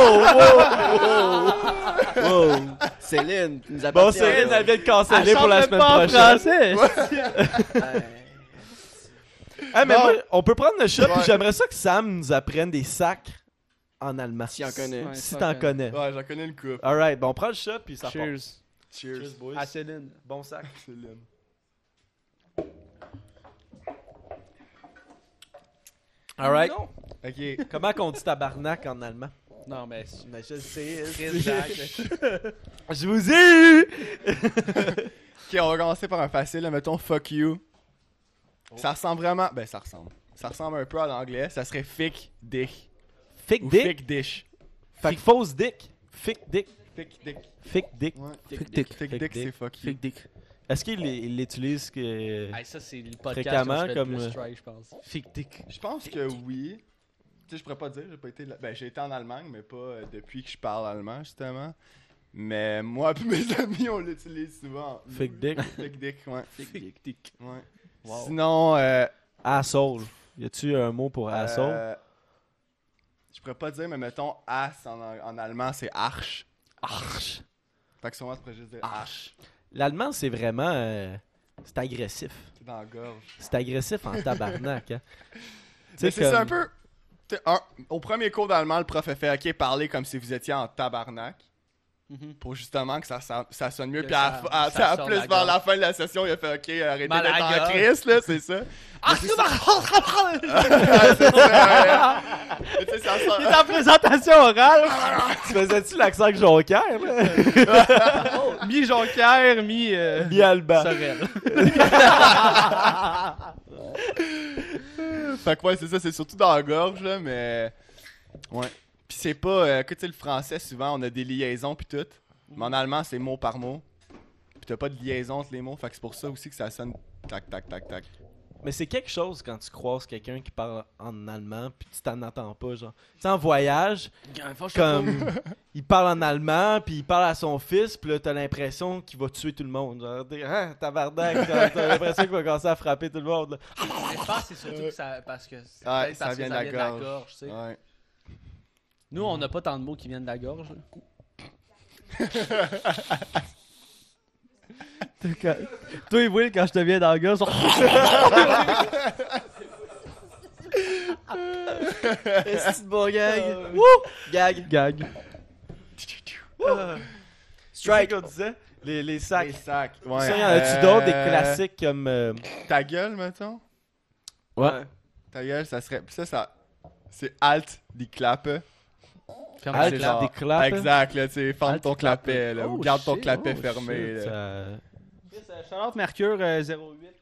Wow! Céline, tu nous Bon, appartiens. Céline, elle vient de canceller Elle pour la chante semaine pas en prochaine. français. Ah, mais Bon. moi, on peut prendre le shot, puis Ouais. j'aimerais ça que Sam nous apprenne des sacs en allemand. Si on connaît. Ouais. Si t'en connais. Ouais, j'en connais une coupe. Alright, bon, on prend le shot, puis ça part. Cheers. Cheers. boys. À Céline. Bon sac. Céline. Alright. Non. Ok. Comment qu'on dit tabarnak en allemand? Non, mais. Mais je le sais. Chris Jack. Je vous ai eu! Ok, on va commencer par un facile, là, mettons fuck you. Ça ressemble vraiment. Ben, ça ressemble. Ça ressemble un peu à l'anglais. Ça serait fick dick. Fake Ou dick? fick dish. Fait que fausse dick. Fake dick. Fick dick. Fake dick. Ouais. Fick dick. Fick Fick dick, dick. c'est fuck you. Fake dick. Est-ce qu'il l'utilise que. Hey, ça, c'est le podcast Fréquemment, où je fais comme, le plus try, je pense. Fake dick. Je pense que oui. Tu sais, je pourrais pas dire, j'ai pas été. Ben, j'ai été en Allemagne, mais pas depuis que je parle allemand, justement. Mais moi et mes amis, on l'utilise souvent. Fake dick. Fick dick, ouais. Fake dick. Ouais. Wow. Sinon, Asshole. Y a-tu un mot pour asshole? je pourrais pas dire, mais mettons, ass en allemand, c'est arsch. Arsch. Fait que souvent, tu pourrais juste dire arsch. L'allemand, c'est vraiment. C'est agressif. C'est dans la gorge. C'est agressif en tabarnak, hein. Mais c'est ça comme- un peu. Au premier cours d'allemand, le prof a fait OK, parlez comme si vous étiez en tabarnak. Pour justement que ça sonne mieux. Que Puis ça à sorte plus de la vers la gorge. fin de la session, il a fait OK, arrêtez Mal à d'être la en gorge. crise, là, c'est ça. Ah, C'est ça, ouais. Mais tu sais, ça sort- Il est en présentation orale. Tu faisais-tu l'accent Jonquière, là? Mi-Jonquière, mi... Mi-Alban. Sorel. Fait que ouais, c'est ça, c'est surtout dans la gorge, là, mais. Ouais. Pis c'est pas. Que tu sais, le français, souvent, on a des liaisons pis tout. Mais en allemand, c'est mot par mot. Pis t'as pas de liaison entre les mots, fait que c'est pour ça aussi que ça sonne tac, tac, tac, tac. Mais c'est quelque chose quand tu croises quelqu'un qui parle en allemand puis tu t'en attends pas, genre. Tu sais, en voyage, comme il parle en allemand puis il parle à son fils puis là t'as l'impression qu'il va tuer tout le monde. Genre, tabarnak, t'as l'impression qu'il va commencer à frapper tout le monde. Là. Mais je pense que c'est surtout que ça, parce que Ouais, ça vient de la gorge. gorge, tu sais. Ouais. Nous, on n'a pas tant de mots qui viennent de la gorge. là. Toi et Will, quand je te viens dans la gorge, Est-ce que bon gag? Gag. gag. Strike, on disait. Les sacs. Les sacs. Ouais. Ça, y en a-tu d'autres, des classiques comme. Ta gueule, mettons. Ouais. Ta gueule, ça serait. Pis ça. C'est alt, die Klappe. Ferme Alt, les genre- des claps. Exact, là, tu sais, ferme Alt, ton die Klappe. clapet, là. Oh, Ou garde ton shit, clapet Oh, fermé, shit, là. Shout-out Mercure 08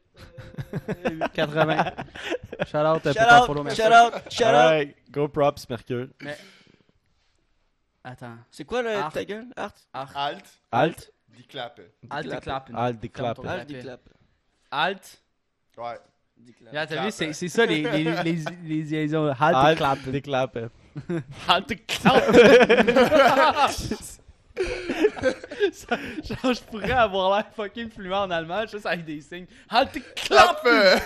80. Shout-out pour Shout ta out, follow shout Mercure. out, shout out. Alright, go props, Mercure. Attends. C'est quoi le Art. ta gueule? Art? Alt, Alt. die Klappe. Alt et clap. Alt, des claps. Ferme ton Art, clapet. des claps. Alt. Ouais. Des claps. Là, t'as vu, Clap. c'est ça les liaisons. Alt et Alt, clap. des claps. Halt et clap. Genre, je pourrais avoir l'air fucking fluent en allemand, juste avec des signes. Halt et clap. Klappe!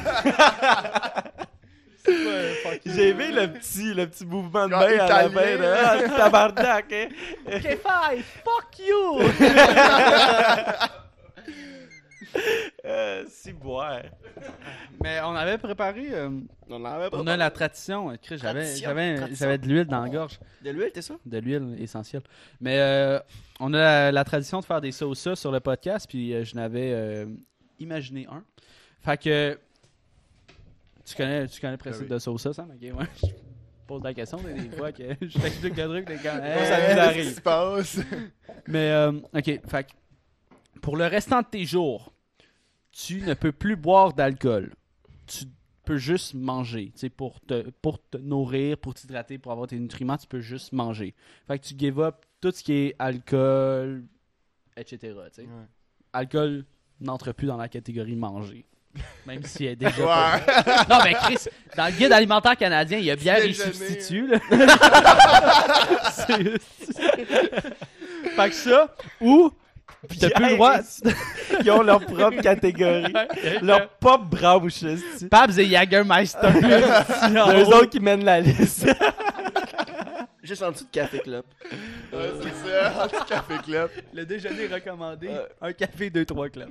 J'ai aimé le petit mouvement de Genre main à la italien, fin. Là. Ah, tabarnak, hein. K5, fuck you. Si boire. Mais on avait préparé. On en avait pas On a parlé. la tradition. Chris, Tradition. j'avais de l'huile dans la gorge. De l'huile, t'es ça? De l'huile essentielle. Mais on a la tradition de faire des sauces sur le podcast, puis je n'avais imaginé un. Fait que. Tu connais le principe de sauce, Sam? Ok, ouais. Je pose la question des fois que je t'explique le truc, t'es comme. ça nous arrive. Qu'est-ce qui se passe? Mais, ok, fait que pour le restant de tes jours, tu ne peux plus boire d'alcool. Tu peux juste manger. Tu sais, pour te nourrir, pour t'hydrater, pour avoir tes nutriments, tu peux juste manger. Fait que tu give up tout ce qui est alcool, etc. Tu sais. Ouais. Alcool n'entre plus dans la catégorie manger. Même si elle est déjà. Ouais. Non, mais Chris, dans le guide alimentaire canadien, il y a bière et Déjeuner. substitut. Là. Fait que ça, ou t'as plus le droit. Ils ont leur propre catégorie. Leur propre branche. esti. Pabs et Jagermeister. Eux autres qui mènent la liste. Juste en dessous de Café Club. Ouais, c'est ça. Anti-café club. Le déjeuner recommandé, un café, 2-3 clubs.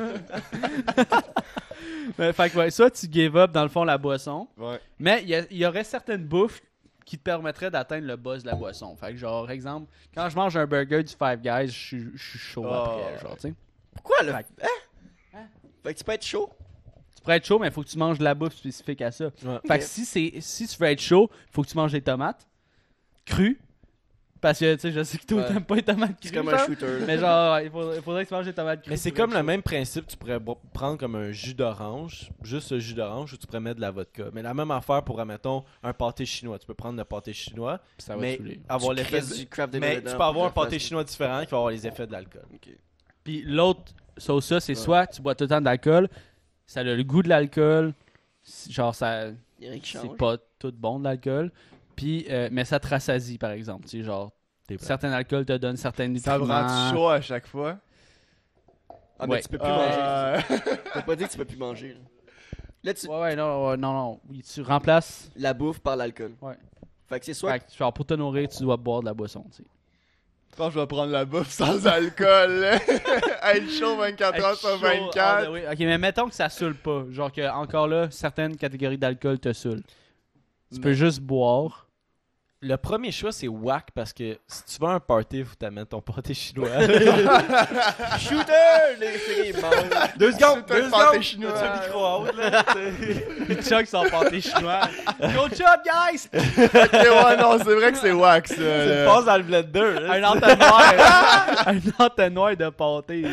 Fait que ouais, soit tu give up dans le fond la boisson, Ouais. mais il y aurait certaines bouffes qui te permettraient d'atteindre le buzz de la boisson. Fait que genre, exemple, quand je mange un burger du Five Guys, je suis chaud Oh, après, genre, tu sais. Pourquoi, là? Fait Fait que tu peux être chaud. Tu pourrais être chaud, mais il faut que tu manges de la bouffe spécifique à ça. Ouais. Fait que si tu veux être chaud, il faut que tu manges des tomates crues. Parce que, tu sais, je sais que toi, Ouais. t'aimes pas les tomates crues. C'est comme genre. un shooter. là. Mais genre, il faudrait que tu manges des tomates crues. Mais c'est pour comme être le chaud. même principe, tu pourrais prendre comme un jus d'orange, juste le jus d'orange, ou tu pourrais mettre de la vodka. Mais la même affaire pour, admettons, un pâté chinois. Tu peux prendre le pâté chinois, Ça va mais te saouler. avoir Tu l'effet crisses du craft dinner Mais dedans tu peux avoir un pour la pâté place. chinois différent qui va avoir les effets de l'alcool. Ok. Puis l'autre sauce, ça, c'est soit tu bois tout le temps d'alcool, ça a le goût de l'alcool, genre ça, Il y a rien qui c'est change. pas tout bon de l'alcool, puis mais ça te rassasie par exemple, tu sais, genre certains alcools te donnent certains Ça me nutriments. rend chaud à chaque fois. Ah, mais Ouais. tu peux plus manger. Euh, T'as pas dit que tu peux plus manger. Là, là tu... Ouais, non, oui, tu remplaces. la bouffe par l'alcool. Ouais. Fait que c'est soit. Fait que, genre pour te nourrir, tu dois boire de la boisson, tu sais. Je pense que je vais prendre la bouffe sans alcool. là. Être chaud 24 heures sur Être chaud, ah, 24. ben oui. Ok, mais mettons que ça saoule pas, genre que encore là, certaines catégories d'alcool te saoulent. Tu peux juste boire. Le premier choix, c'est whack parce que si tu vas à un party, faut t'amener ton pâté chinois. Shooter! Les filles mangent. 2 secondes, C'est un 2 pâté secondes. chinois. As-tu le micro haut, là? Ils choquent son pâté chinois. Go shot, guys! Ok, ouais, non, c'est vrai que c'est wax. Ça, Tu là. le passes dans le blender. là. Un entonnoir. Un entonnoir de pâté.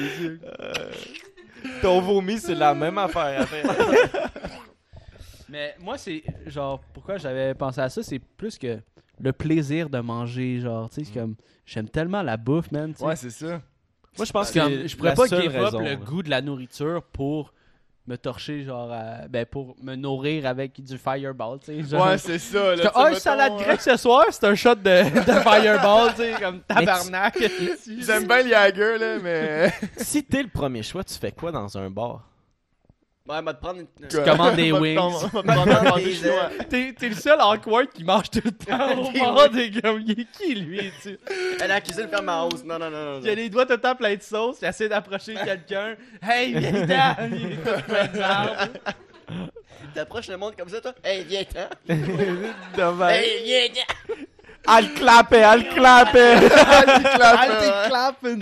Ton vomi, c'est la même affaire. Mais moi, c'est genre, pourquoi j'avais pensé à ça, c'est plus que le plaisir de manger. Genre, tu sais, c'est comme, j'aime tellement la bouffe, man. tu sais. Ouais, c'est ça. Moi, je pense C'est comme, que je pourrais la pas seule give up raison, le là. goût de la nourriture pour me torcher, genre, pour me nourrir avec du fireball, tu sais. genre. Ouais, c'est ça. Là, Comme, tu sais, un mettons, salade grecque ce soir, c'est un shot de fireball, tu sais, comme tabarnak. J'aime bien le Jagger, là, mais. Si t'es le premier choix, tu fais quoi dans un bar? Ouais, va te prendre une. Tu commandes des Va te wings. prendre- va te prendre un pâté Des chinois. T'es le seul awkward qui mange tout le temps au bar des comme, il est qui lui, tu sais. Elle a accusé de faire ma hausse. Non, non, non, non. Il a les doigts tout le temps pleins de sauce, il essaie d'approcher quelqu'un. Hey, viens t'en! Il est tout plein de marde. T'approches le monde comme ça, toi? Hey, viens-t'en! Dommage. Hey, viens-t'en! Elle clapait, elle clapait. clapping!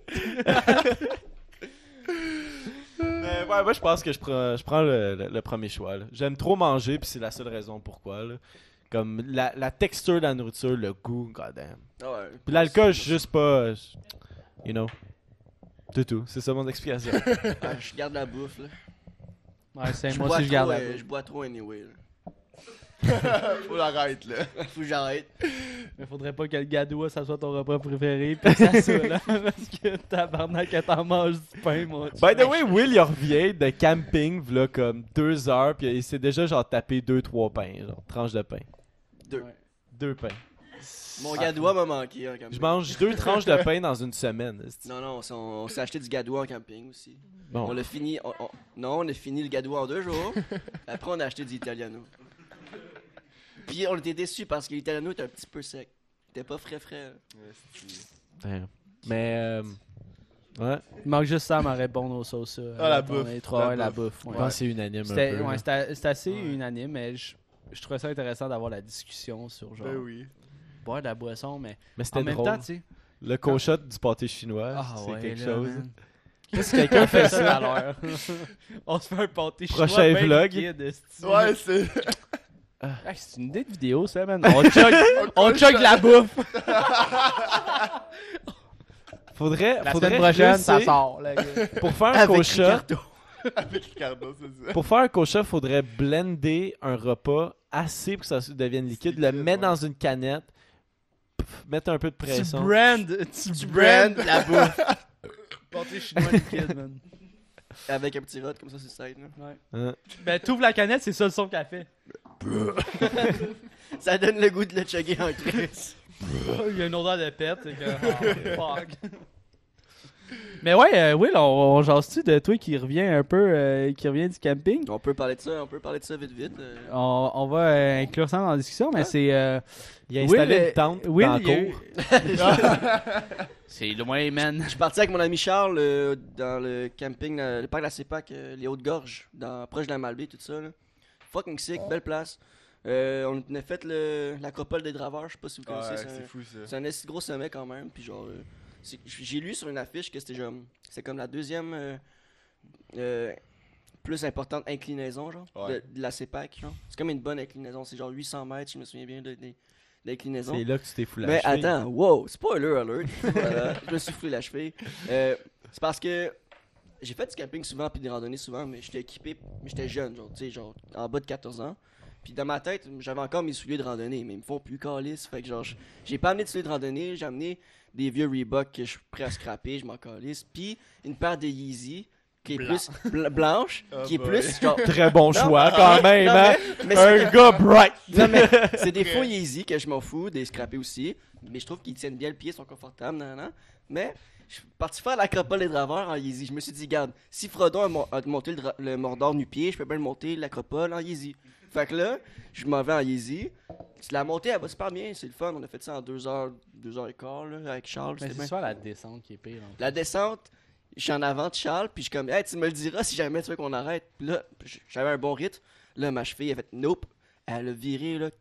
Mais ouais, moi je pense que je prends le premier choix. là. J'aime trop manger, puis c'est la seule raison pourquoi. Là. Comme la texture de la nourriture, le goût, goddamn. Ah ouais. Puis l'alcool, je suis juste pas. You know. C'est tout. C'est ça mon explication. Ah, je garde la bouffe, là. Ouais, c'est Je moi bois aussi je garde trop, la bouffe. je bois trop anyway, là. Faut l'arrêter, là. Faut que j'arrête. Mais faudrait pas que le gadoua, ça soit ton repas préféré, pis ça soit là, parce que tabarnak, que t'en manges du pain, moi. By the way, Will, il revient de camping, v'là comme 2 heures, puis il s'est déjà genre tapé 2-3 pains, genre tranches de pain. Deux. Ouais. 2 pains. Mon gadois m'a manqué en camping. Je mange 2 tranches de pain dans une semaine. esti. Non, non, on s'est acheté du gadois en camping aussi. Bon. On l'a fini. Non, on a fini le gadois en 2 jours. Après, on a acheté du italiano. Puis on était déçus parce que l'italiano était un petit peu sec. Il était pas frais. Ouais. Mais Ouais. Il manque juste ça à répondre aux sauces. la bouffe. La bouffe. Je Ouais. pense que c'est unanime un C'était peu. ouais, là. c'était assez Ouais. unanime, mais je trouvais ça intéressant d'avoir la discussion sur genre Ben oui. boire de la boisson, mais Mais en c'était même drôle. temps, tu sais. Le cochot du pâté chinois, Ah c'est ouais, quelque là, chose. man. Qu'est-ce que quelqu'un fait ça ça? à l'heure. On se fait un pâté Prochain chinois ben vlog. liquide, esti. Ouais, c'est. Hey, c'est une idée de vidéo, ça, man. On chug la bouffe. Faudrait La semaine prochaine, ça laisser- sort. Là, gars. Pour faire un Avec cochot, Ricardo. Avec Ricardo, c'est ça. pour faire un cochot, faudrait blender un repas assez pour que ça devienne liquide, le Liquide, mettre ouais. dans une canette, mettre un peu de pression. Tu brandes la bouffe. Pâté chinois liquide, man. Avec un petit rod comme ça, c'est side. Là. Ouais. Hein. Ben, t'ouvres la canette, c'est ça le son qu'elle fait. Ça donne le goût de le chugger en crise. Il y a une odeur de pète. C'est que... oh, fuck. Mais ouais, Will, on jase-tu de toi qui revient un peu, qui revient du camping? On peut parler de ça vite vite. On va inclure ça dans la discussion, mais c'est... Il a installé Will, une tente Will, dans il y a la eu- cour. C'est loin, man. Je suis parti avec mon ami Charles dans le camping, le parc de la CEPAC, les Hautes-Gorges, proche de la Malbaie, tout ça. Là. Fucking sick, belle place. On a fait l'acropole des Draveurs, je sais pas si vous connaissez. Ouais, c'est fou ça. C'est un assez gros sommet quand même. Puis genre, j'ai lu sur une affiche que c'est comme la deuxième plus importante inclinaison genre, Ouais. de la CEPAC. Genre. C'est comme une bonne inclinaison. C'est genre 800 mètres, je me souviens bien d'inclinaison. C'est là que tu t'es foulé Mais la cheville. attends, wow, spoiler alert. Voilà, je me suis foulé la cheville. C'est parce que j'ai fait du camping souvent puis des randonnées souvent, mais j'étais équipé, mais j'étais jeune, genre, tu sais, genre en bas de 14 ans. Puis dans ma tête, j'avais encore mes souliers de randonnée, mais ils me font plus calice. Fait que genre, j'ai pas amené de souliers de randonnée, j'ai amené des vieux Reebok que je suis prêt à scraper, je m'en calisse. Puis une paire de Yeezy qui est plus blanche, Oh qui est boy. plus genre. Très bon Non, choix quand même, non, hein? mais Un gars bright! non, mais c'est des faux Yeezy que je m'en fous, des scrappés aussi. Mais je trouve qu'ils tiennent bien le pied, sont confortables, nan. Mais je suis parti faire l'acropole des Draveurs en Yeezy. Je me suis dit, garde, si Frodon a monté le Mordor nu-pied, je peux bien le monter l'acropole en Yeezy. Fait que là, je m'en vais en Yeezy. La montée, elle va super bien, c'est le fun. On a fait ça en 2h, 2h15 là, avec Charles. Mais c'était c'est bien. soit la descente qui est pire. en La descente, je suis en avant de Charles, puis je suis comme, hey, tu me le diras si jamais tu veux qu'on arrête. Puis là, j'avais un bon rythme. Là, ma cheville, elle a fait nope. Elle a viré, là.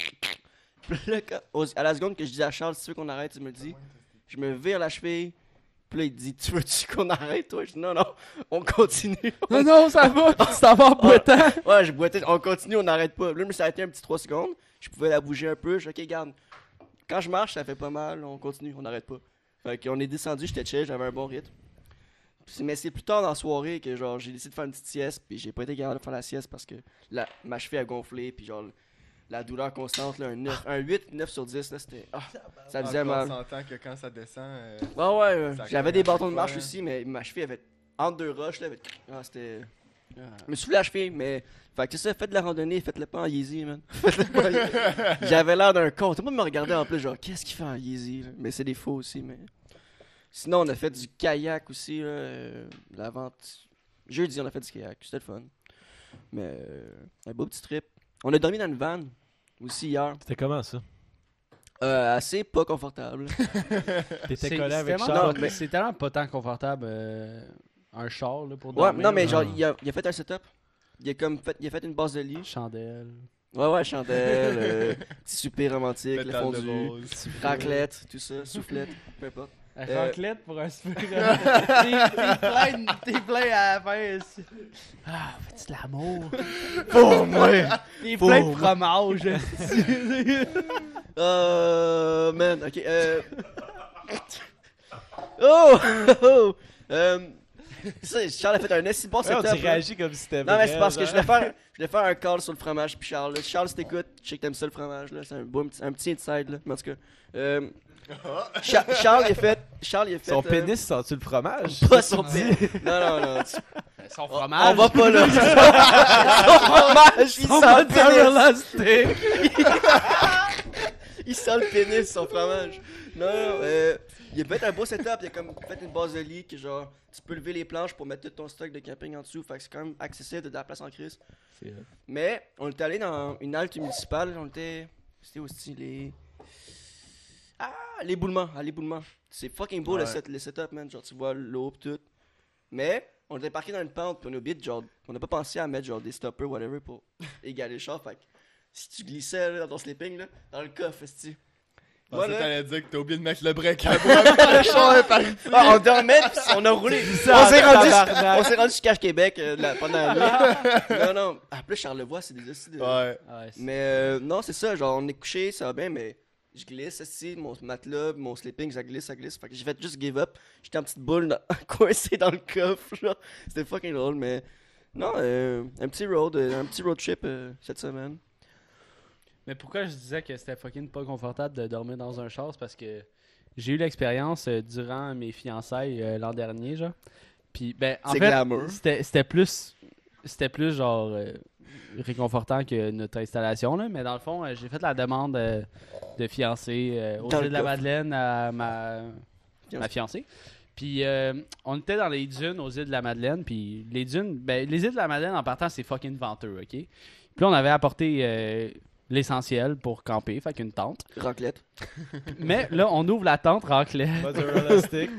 Puis là, à la seconde que je dis à Charles, si tu veux qu'on arrête, tu me le dis. Je me vire la cheville. Puis là, il dit, tu veux-tu qu'on arrête, toi? Je dis, non, on continue. Non, non, ça va. Tu t'en vas en boitant. Ouais, je boitais, on continue, on n'arrête pas. Là, je me suis arrêté un petit 3 secondes. Je pouvais la bouger un peu. Je dis, ok, garde. Quand je marche, ça fait pas mal. On continue, on n'arrête pas. Fait qu'on est descendu, j'étais chill, j'avais un bon rythme. Mais c'est plus tard dans la soirée que genre j'ai décidé de faire une petite sieste. Puis j'ai pas été capable de faire la sieste parce que ma cheville a gonflé. Puis genre la douleur constante, là, un 8, 9 sur 10, là, c'était. Ça faisait On mal. s'entend que quand ça descend. Ouais, Ça j'avais des cogne à bâtons de chaque marche fois, aussi, mais ma cheville avait entre deux roches, là, c'était. Je me suis la cheville, mais. Fait que c'est ça, faites de la randonnée, faites-le pas en Yeezy, man. Faites-le pas en Yeezy. J'avais l'air d'un con. Tout le monde me regardait en plus, genre, qu'est-ce qu'il fait en Yeezy, là? Mais c'est des faux aussi, mais. Sinon, on a fait du kayak aussi, là. La vente. Jeudi, on a fait du kayak, c'était le fun. Mais. Un beau petit trip. On a dormi dans une van aussi hier. C'était comment ça? Assez pas confortable. T'étais collé avec tellement- Charles? non, mais- C'est tellement pas tant confortable un char là, pour Ouais, dormir. non, mais genre, là. il a fait un setup. Il a fait une base de lit. Chandelle. Ouais, chandelle, petit souper romantique, le Pétale de fondu, rose. raclette, tout ça, soufflette, peu importe. Raclette pour un super. T'es plein à la fin ici. Ah, fais-tu de l'amour? Pour moi! T'es Pour plein de moi. fromage. Man, ok, Oh! Ça, Charles a fait un assez bon Ouais, setup. on là. réagit comme si c'était Non, mais c'est vrai, parce que genre. je voulais faire un call sur le fromage, puis Charles, là. Charles, si t'écoutes, je sais que t'aimes ça le fromage, là. C'est un petit inside, là. Mais en tout cas, Charles, il a fait. Son pénis sent-tu le fromage? Pas son pénis. Non. Son On fromage. va pas là. Son fromage, il Son sent le pénis. mozzarella stick. Il sent le pénis, son fromage. Non, il a fait un beau setup. Il a comme fait une base de lit que genre, tu peux lever les planches pour mettre tout ton stock de camping en dessous. Fait que c'est quand même accessible de la place en crise. Mais on était allé dans une halte municipale. C'était au style. l'éboulement. C'est fucking beau Ouais. le setup, man. Genre, tu vois l'eau pis tout. Mais, on était parqué dans une pente, pis on a oublié de, genre, on n'a pas pensé à mettre genre des stoppers, whatever, pour égaler le char. Fait que si tu glissais là, dans ton sleeping, là, dans le coffre, esti. Je Moi, pensais que là, t'allais dire que t'as oublié de mettre le break à bois, puis le char est parti. on dormait, pis on a roulé. ça, On s'est rendu jusqu'à Québec pendant la nuit. Non. En plus, Charlevoix, c'est des hosties de. Ouais. Ouais, c'est- Mais non, c'est ça, genre on est couché, ça va bien, mais je glisse ici, mon matelas, mon sleeping, ça glisse. Fait que j'ai fait juste give up. J'étais en petite boule coincée dans le coffre, genre. C'était fucking drôle, mais non, un petit road trip cette semaine. Mais pourquoi je disais que c'était fucking pas confortable de dormir dans un char, c'est parce que j'ai eu l'expérience durant mes fiançailles l'an dernier, genre. Puis, ben, en C'est fait, glamour. c'était plus genre réconfortant que notre installation, là. Mais dans le fond, j'ai fait la demande de fiancée aux Dans îles le de la coffre. Madeleine à ma fiancée. Puis on était dans les dunes aux îles de la Madeleine. Puis les dunes, ben les îles de la Madeleine en partant, c'est fucking venteux, ok? Puis là, on avait apporté l'essentiel pour camper, fait qu'une tente. Raclette. Mais là, on ouvre la tente raclette, Mozzarella stick.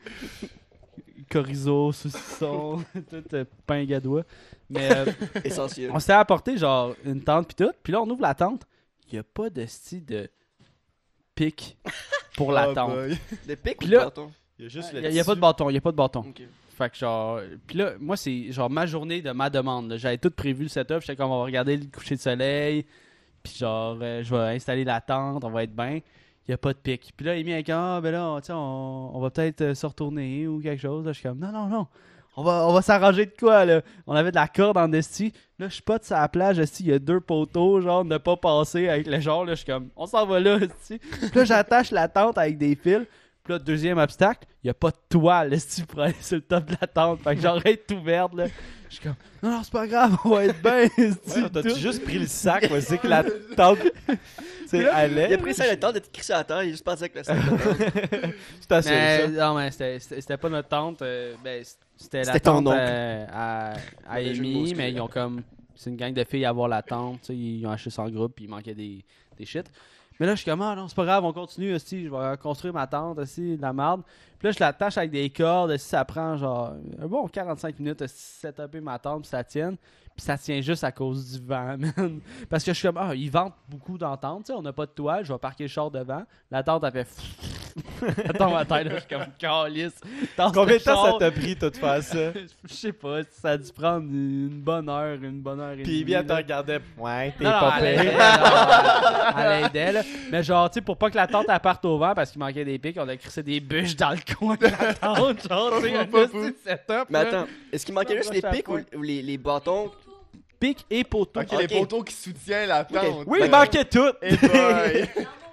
chorizo, saucisson, tout pain gadois. Mais Essentiel. on s'était apporté genre une tente puis tout. Puis là, on ouvre la tente. Il n'y a pas de style de pic pour la Oh tente. boy. Des pics Puis ou là- de bâton? Il y a juste Il le n'y a pas de tissu. bâton, il n'y a pas de bâton. Ok. Fait que genre. Puis là, moi, c'est genre ma journée de ma demande. Là. J'avais tout prévu le setup. J'étais comme, on va regarder le coucher de soleil. Puis genre, je vais installer la tente, on va être bien. Il n'y a pas de pic. Puis là, il est comme, ben là, tu sais, on va peut-être se retourner ou quelque chose. Là, je suis comme, non. On va s'arranger de quoi, là? On avait de la corde en esti. Là, je spot sur la plage, esti. Il y a 2 poteaux, genre, ne pas passer avec le genre. Là, je suis comme, on s'en va là, esti. Puis là, j'attache la tente avec des fils. Puis là, deuxième obstacle, il n'y a pas de toile, esti, pour aller sur le top de la tente. Fait que j'aurais été ouverte, là. Je suis comme, non, c'est pas grave, on va être bien, esti. Ouais, T'as-tu tout. juste pris le sac, ouais, c'est que la tente. C'est allait. Il a pris ça le temps d'être crissé à terre, il est juste passé avec le sac. C'est assez Mais, ça. non, mais c'était pas notre tente. Ben, c'était la C'était ton tente oncle. à Le jeu de mots, Amy, excusez. mais ils ont comme. C'est une gang de filles à avoir la tente. Tu sais, ils ont acheté ça en groupe, puis il manquait des shit. Mais là, je suis comme, ah non, c'est pas grave, on continue aussi. Je vais construire ma tente aussi, de la merde. Puis là, je l'attache avec des cordes. Si ça prend genre un bon 45 minutes, si setuper ma tente, puis ça tienne. Puis ça tient juste à cause du vent, man. Parce que je suis comme, ah, ils vendent beaucoup dans la tente. Tu sais, on n'a pas de toile, je vais parquer le char devant. La tente, elle fait. Elle tombe à terre, là, je suis comme, calice. Combien de temps ça t'a pris, toi, de faire ça? Je sais pas, ça a dû prendre une bonne heure et Puis demie. bien, elle te là. regardait. Ouais, t'es Non, non, pas elle payé. aidait, non, elle aidait, là. Mais genre, tu sais, pour pas que la tente elle parte au vent parce qu'il manquait des pics, on a crissé des bûches dans le coin de la tente. Genre, tu sais, un petit setup. Mais là. attends, est-ce qu'il manquait juste les pics ou les bâtons? Pics et poteaux. Ok, les poteaux qui soutiennent la tente. Oui, il manquait tout. Et boy.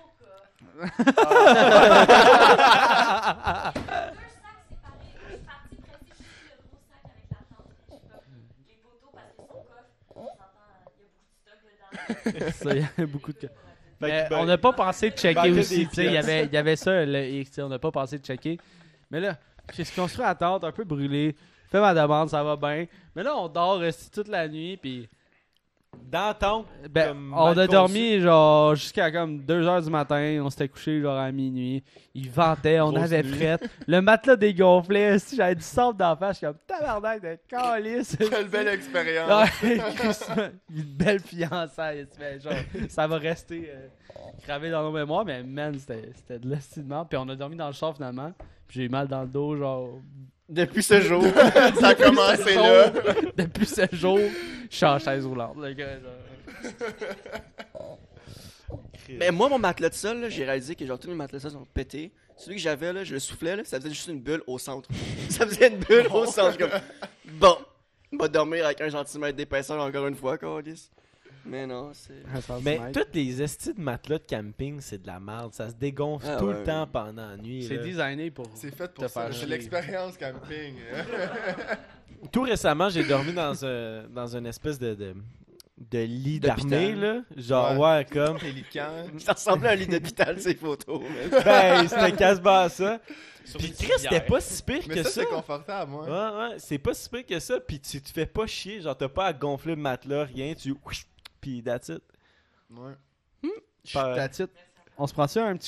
Ça, il y avait beaucoup de. Fait Mais que, ben, on n'a pas pensé de checker manquait aussi. des Tu sais, il y avait ça, tu sais, on n'a pas pensé de checker. Mais là, j'ai construit la tente un peu brûlée. Fais ma demande, ça va bien. Mais là, on dort toute la nuit. Puis Dans ton. ben, Comme on mal a conçu. dormi genre jusqu'à comme 2h du matin. On s'était couché genre à minuit. Il ventait, on Grosse avait nuit. frette. Le matelas dégonflait. Si j'avais du sable d'en face, je suis comme tabarnak de calice. Quelle belle expérience. Ouais, Christmas. Une belle fiançaille. Mais genre, ça va rester gravé dans nos mémoires. Mais man, c'était de l'estimement. Puis on a dormi dans le char finalement. Puis j'ai eu mal dans le dos, genre. Depuis ce jour. Ça a commencé là. Depuis ce jour, je suis en chaise roulante. Le gars, genre. Mais moi, mon matelas de sol, là, j'ai réalisé que genre tous mes matelas de sol sont pétés. Celui que j'avais, là, je le soufflais, là, ça faisait juste une bulle au centre. Ça faisait une bulle au centre. Je suis comme, bon, on va dormir avec 1 cm d'épaisseur encore une fois, câlisse. Mais non, c'est. Mais toutes les estis de matelas de camping, c'est de la merde. Ça se dégonfle Ah tout ouais. le temps pendant la nuit. C'est là. designé pour. C'est fait Te pour ça. faire C'est chier. l'expérience camping. Tout récemment, j'ai dormi dans une espèce de lit D'hôpital. d'armée, là. Genre, ouais, comme. Pélican. Ça ressemblait à un lit d'hôpital, ces photos. man. Ben, c'était quasiment ça. Puis Chris, c'était pas si pire Mais que ça, ça. c'est confortable, moi. Ouais, c'est pas si pire que ça. Puis tu te fais pas chier. Genre, t'as pas à gonfler le matelas, rien. Puis that's it. Ouais. Pas- That's it. On se prend ça un petit shot?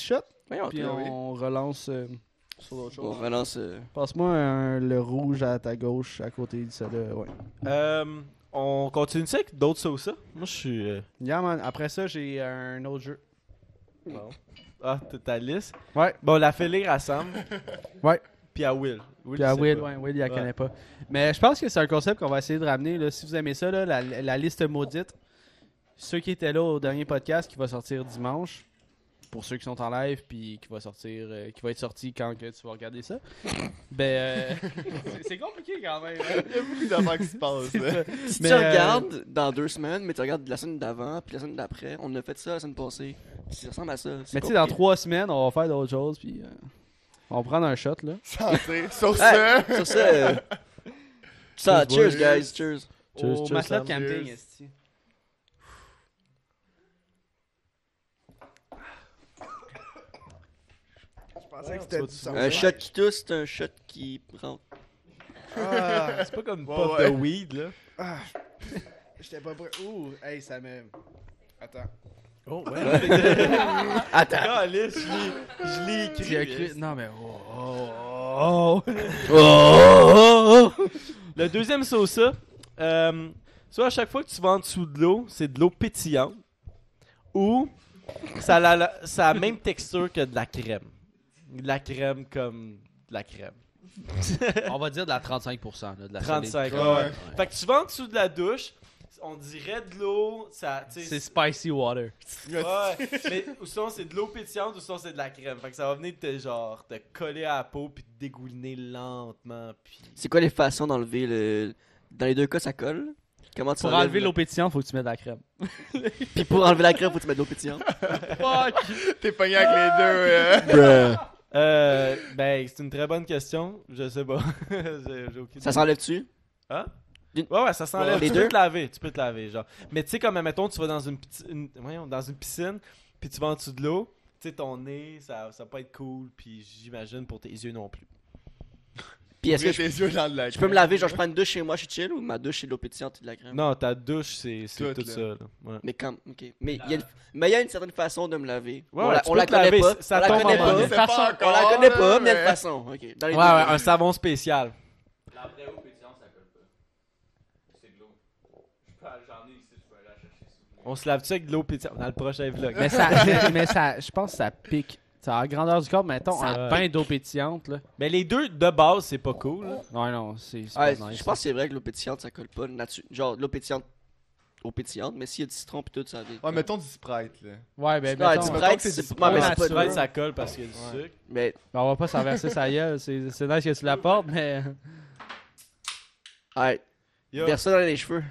Voyons, Puis toi, oui. on relance sur d'autres On choses. relance. Passe-moi le rouge à ta gauche, à côté de ça là. Ouais. On continue-tu avec d'autres sauces? Moi, je suis... Yeah, man. Après ça, j'ai un autre jeu. Bon. Ah, t'as ta liste? Ouais. Bon, on l'a fait lire à Sam. Ouais. Puis à Will. Puis à il sait Will, pas. ouais, Will, il la Ouais. connaît pas. Mais je pense que c'est un concept qu'on va essayer de ramener. Là. Si vous aimez ça, là, la liste maudite, ceux qui étaient là au dernier podcast qui va sortir dimanche, pour ceux qui sont en live, puis qui va sortir, qui va être sorti quand que tu vas regarder ça. Ben, c'est compliqué quand même. Hein? Il y a beaucoup d'affaires qui se passent. C'est ça. Si Mais, tu regardes dans 2 semaines, mais tu regardes la semaine d'avant, puis la semaine d'après, on a fait ça la semaine passée. Puis ça ressemble à ça. C'est Mais tu sais, dans compliqué. 3 semaines, on va faire d'autres choses, puis on va prendre un shot, là. Santé. Sur Hey, ce, sur ça. Ça, cheers, boys. guys. Cheers. Cheers, Au cheers, matelas de Sam. camping, Cheers. esti. je pensais que c'était c'était du du sang. Un shot qui tousse, c'est un shot qui rentre. Ah, C'est pas comme une Ouais, puff ouais. de weed, là. J'étais pas prêt. Ouh, hey, ça me. Attends. Oh, ouais. Attends. Alice, je l'ai écrit. Tu as cru. Non, mais. Oh. Le deuxième sauce, soit à chaque fois que tu vas en dessous de l'eau, c'est de l'eau pétillante. Ou ça a la même texture que de la crème. De la crème comme de la crème. On va dire de la 35%. Là, de la 35. solide. Ouais. Fait que tu vas en dessous de la douche, on dirait de l'eau, ça, tu C'est sais, spicy water. ouais, mais ou sinon c'est de l'eau pétillante ou sinon c'est de la crème. Fait que ça va venir te coller à la peau puis te dégouliner lentement puis C'est quoi les façons d'enlever le. Dans les deux cas, ça colle. Comment tu Pour enlèves enlever l'eau pétillante, faut que tu mettes de la crème. Puis pour enlever la crème, faut que tu mettes de l'eau pétillante. Fuck! t'es pogné avec les deux. ben c'est une très bonne question, je sais pas. J'ai aucune Ça s'enlève-tu? Hein? D'une- Ouais, ça s'enlève. Les Tu deux? peux te laver, genre. Mais tu sais, comme, mettons, tu vas dans dans une piscine, puis tu vas en dessous de l'eau, tu sais, ton nez, ça va pas être cool, puis j'imagine pour tes yeux non plus. Puis est-ce que Tes yeux dans le lac. je peux me laver, genre je prends une douche chez moi, je suis chill, ou ma douche c'est de l'eau pétillante et de la crème? Non, ta douche, c'est Tout, tout là. ça, là. Ouais. Mais quand. Ok. Mais il y a une certaine façon de me laver. Ouais, on ouais, la, tu on peux la te connaît laver, pas. ça on la tombe connaît en pas. bas. C'est pas On la encore, connaît pas, là, mais il y a une mais- façon. Ok. Dans les Ouais, deux ouais, cas. un savon spécial. La vraie eau pétillante, ça colle pas. C'est de l'eau. J'en ai ici, je peux aller la chercher si vous voulez. On se lave-tu avec de l'eau pétillante dans le prochain vlog? mais ça, je pense que ça pique. Ça a la grandeur du corps, mettons, Ça un bain d'eau pétillante, là. Mais les deux, de base, c'est pas cool. là. Ouais, non, c'est Ouais, pas nice. je pense que c'est vrai que l'eau pétillante, ça colle pas. Genre, l'eau pétillante, eau pétillante, mais s'il y a du citron pis tout, ça va. Ouais, mettons du Sprite, là. Ouais, ben, Ouais, mettons, du mettons Sprite, que c'est c'est du pas Sprite mais c'est pas naturel. Sprite, ça colle parce qu'il y a du sucre. Mais, ben, on va pas s'en verser sa gueule. C'est nice que tu l'apportes, mais. ouais, Yo. verse ça dans les cheveux.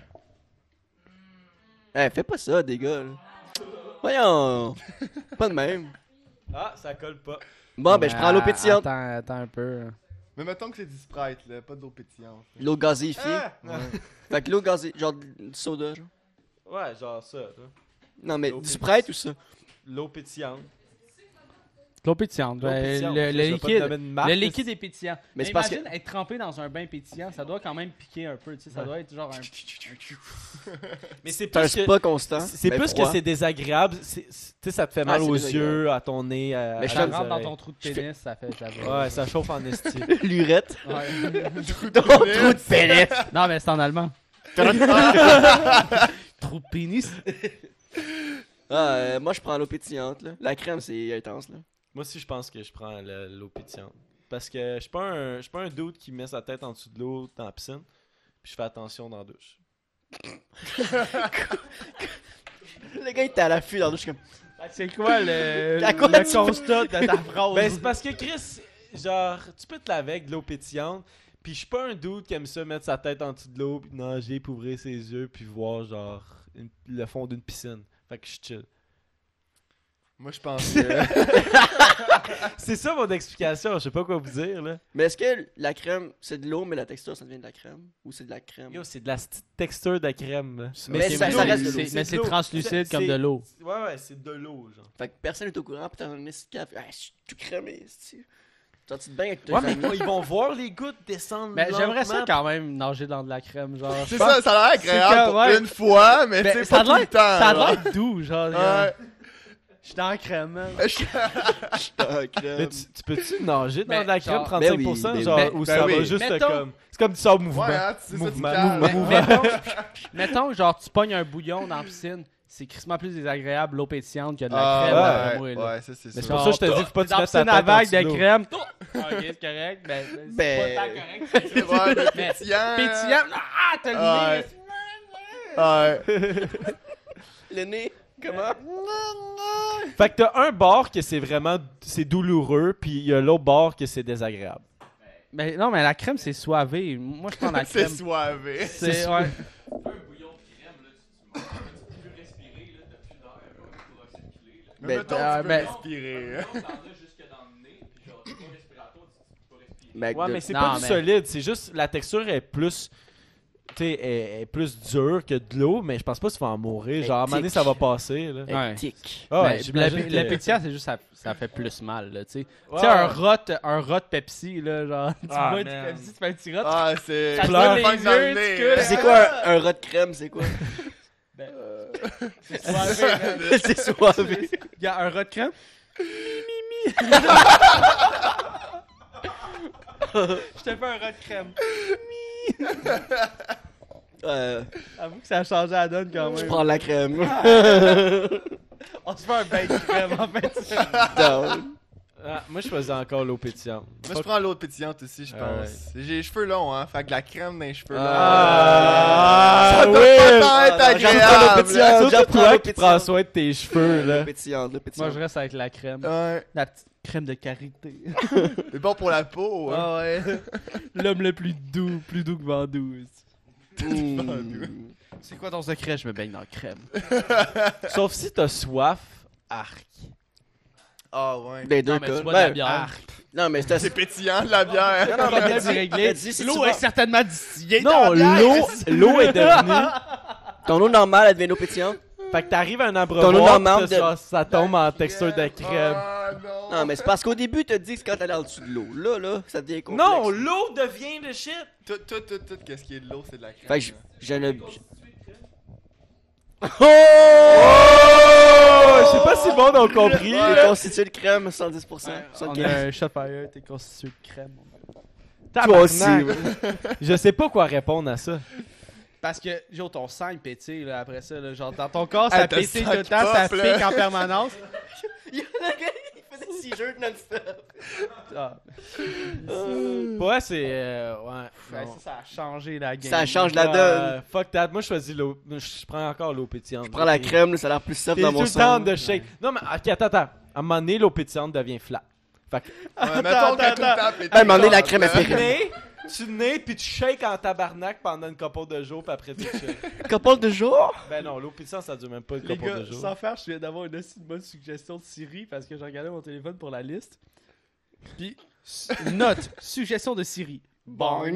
Fais pas ça, des gars. Là. Voyons. Pas de même. Ah, ça colle pas. Bon, ben, je prends l'eau pétillante. Attends un peu. Mais mettons que c'est du Sprite, là, pas de l'eau pétillante. L'eau gazéifiée. Ah! Fait que l'eau gazée, genre du soda, genre. Ouais, genre ça. là. Non, mais L'eau du Sprite ou ça? L'eau pétillante. L'eau pétillante. L'eau Ben, pétillante, le je vais pas te liquide. nommer une marque, Le là, liquide est pétillant. Mais Mais c'est parce imagine être trempé dans un bain pétillant, ça doit quand même piquer un peu, tu sais, ça doit être genre un... Mais c'est C'est un plus que... spa constant. C'est mais plus froid. que c'est désagréable. Tu sais, ça te fait mal c'est aux désagréable. yeux, à ton nez, Mais à je Ça tes rentre dans oreilles. ton trou de pénis, ça fait... Ça va. Ouais, ça chauffe en esti. Lurette. Ouais. Ton trou de pénis. Non, mais c'est en allemand. Trou de pénis. Moi, je prends l'eau pétillante, là. La crème, c'est intense, là. Moi aussi, je pense que je prends l'eau pétillante. Parce que je suis pas un dude qui met sa tête en dessous de l'eau dans la piscine. Puis je fais attention dans la douche. Le gars, il était à l'affût dans la douche, comme. C'est quoi le À quoi tu constat de ta phrase? Ben, c'est parce que Chris, genre, tu peux te laver avec de l'eau pétillante. Puis je suis pas un dude qui aime ça mettre sa tête en dessous de l'eau, puis nager, puis ouvrir ses yeux, puis voir, genre, le fond d'une piscine. Fait que je suis chill. Moi, je pense que. C'est ça mon explication, je sais pas quoi vous dire, là. Mais est-ce que la crème, c'est de l'eau, mais la texture, ça devient de la crème? Ou c'est de la crème? Yo, c'est de la petite texture de crème, là. Mais c'est ça de l'eau. reste de l'eau. Mais c'est de l'eau. translucide comme C'est- de l'eau. Ouais, c'est de l'eau, genre. Fait que personne n'est au courant, pis t'as un escaf. Ah, je suis tout cramé, c'est. Genre, tu te baignes avec tes Ouais, mais amis. ils vont voir les gouttes descendre. Mais j'aimerais ça lentement. quand même nager dans de la crème, genre. C'est je pense- ça, ça a l'air agréable comme- pour ouais. une fois, mais Ben, c'est ça pas a tout le l'air- temps. Ça a là. l'air doux, genre. Ouais. Je suis dans la crème, man. Mais tu peux-tu nager dans Mais de la crème genre- 35%, ben genre, oui, ou ben ça oui. va juste Mettons- comme... C'est comme du sable mouvement. Ouais, hein, c'est ça, tu Mouvement, calmes. mouvement. Mettons, genre, tu pognes un bouillon dans la piscine, c'est crissement plus désagréable l'eau pétillante que de la Ah, crème. d'après moi, ouais, là. ouais, ça c'est Mais c'est sûr. pour ça que je te dis, faut pas que tu Dans la mettes ta piscine à tête en vague dessous de de l'eau. crème. Ok, c'est correct, mais c'est Ben- pas tant correct. c'est- Ouais, mais Mais pétillant. pétillant, ah, t'as le nez. Ouais. Le nez, comment? Fait que t'as un bord que c'est vraiment... C'est douloureux, puis il y a l'autre bord que c'est désagréable. Mais non, mais la crème, c'est soivé. Moi, je prends la C'est crème. soivé. C'est ouais. Un bouillon de crème, là, tu peux respirer, là, t'as plus d'air, là, pour circuler, là. Mais Ben, mettons, tu peux ben- respirer. T'en as jusque dans le nez, puis genre, t'es pas respiratoire, tu peux pas respirer. Mec, Ouais, de- mais c'est Non, pas du mais- solide, c'est juste... La texture est plus... Tu sais, est plus dure que de l'eau, mais je pense pas que tu vas en mourir. Genre, à un moment donné, ça va passer, là. Ouais. Tic. Ah ouais, Mais j'imagine le que- pétillant, c'est juste ça fait plus mal, là, tu sais. Ouais, Tu sais, ouais. un rot Pepsi, là, genre, tu Ah, bois du man. Pepsi, tu fais un petit rot. Ah, c'est. Ça te Pleure. donne les Funk dans le yeux, nez, tu coules. hein. C'est quoi un rat de crème, c'est quoi? C'est soivé, man. C'est soivé. Il y a un rot de crème. Mimi. Je te fais un rot de crème. Avoue que ça a changé la donne quand Je même. prends la crème. On se fait un bain de crème, en fait. Down. Ah, moi, je choisis encore l'eau pétillante. Moi, je prends l'eau pétillante aussi, je pense. J'ai les cheveux longs, hein. Fait que la crème dans les cheveux longs. Ah, Ça doit oui! pas tant être Ah, non, j'apprends l'eau agréable. pétillante. Surtout j'apprends toi l'eau qui prends pétillante. soin de tes cheveux, là. Le pétillant, le pétillant. Moi, je reste avec la crème. Ouais. La petite crème de karité. C'est bon pour la peau, hein. Ah ouais. L'homme le plus doux que Vandou. C'est quoi ton secret? Je me baigne dans la crème. Sauf si t'as soif, arc. Ah, ouais. Ben, deux Non, mais cas. tu bois de la Ben, bière. non, mais C'est c'est pétillant, de la bière. Non, non, mais Problème t'as dit- réglé. t'as dit, si tu L'eau vas- est certainement distillée. Non, dans la bière. l'eau est devenue... Ton eau normale, elle devient une eau pétillante? Fait que t'arrives à un Ton eau abreuvoir, normale pis ça tombe en texture de crème. Ah, non. Non, mais c'est parce qu'au début, t'as dit que c'est quand t'allais en dessous de l'eau. Là, ça devient complexe. Non, l'eau devient le shit! Tout, qu'est-ce qui est de l'eau, c'est de la crème. Fait que je ne... Oh! Je sais pas si le monde a compris. T'es constitué de crème, 110%. On 75%. a un Shotfire, t'es constitué de crème. Toi aussi. Tabarnak. Je sais pas quoi répondre à ça. Parce que, Joe, ton sang, il pétille, là, après ça, là. Genre, dans ton corps, ça Ah, t'as pétille ça tout le qui temps, ça pop, là. pique en permanence. Il y a un gars, il faisait 6 jeux non-stop. Ah, Ouais, c'est... ouais. ouais, non. ça a changé la game. Ça change la donne. Fuck that, moi je choisis l'eau. Je prends encore l'eau pétillante. Je prends la crème, là, ça a l'air plus soft T'es dans tout mon le temps sang. de shake. Non, mais ok, attends. À un moment donné, l'eau pétillante devient flat. Fait que Ouais, mettons que tout le temps pétillant. À un moment donné, la crème est tu périmée. nais, puis tu shakes en tabarnak pendant une couple de jours, puis après tu shakes. Couple de jour? Ben non, l'eau pétillante, ça dure même pas une Les couple gars, de jours. sans faire, je viens d'avoir une aussi bonne suggestion de Siri parce que j'ai regardé mon téléphone pour la liste. Puis, note, suggestion de Siri. Bang.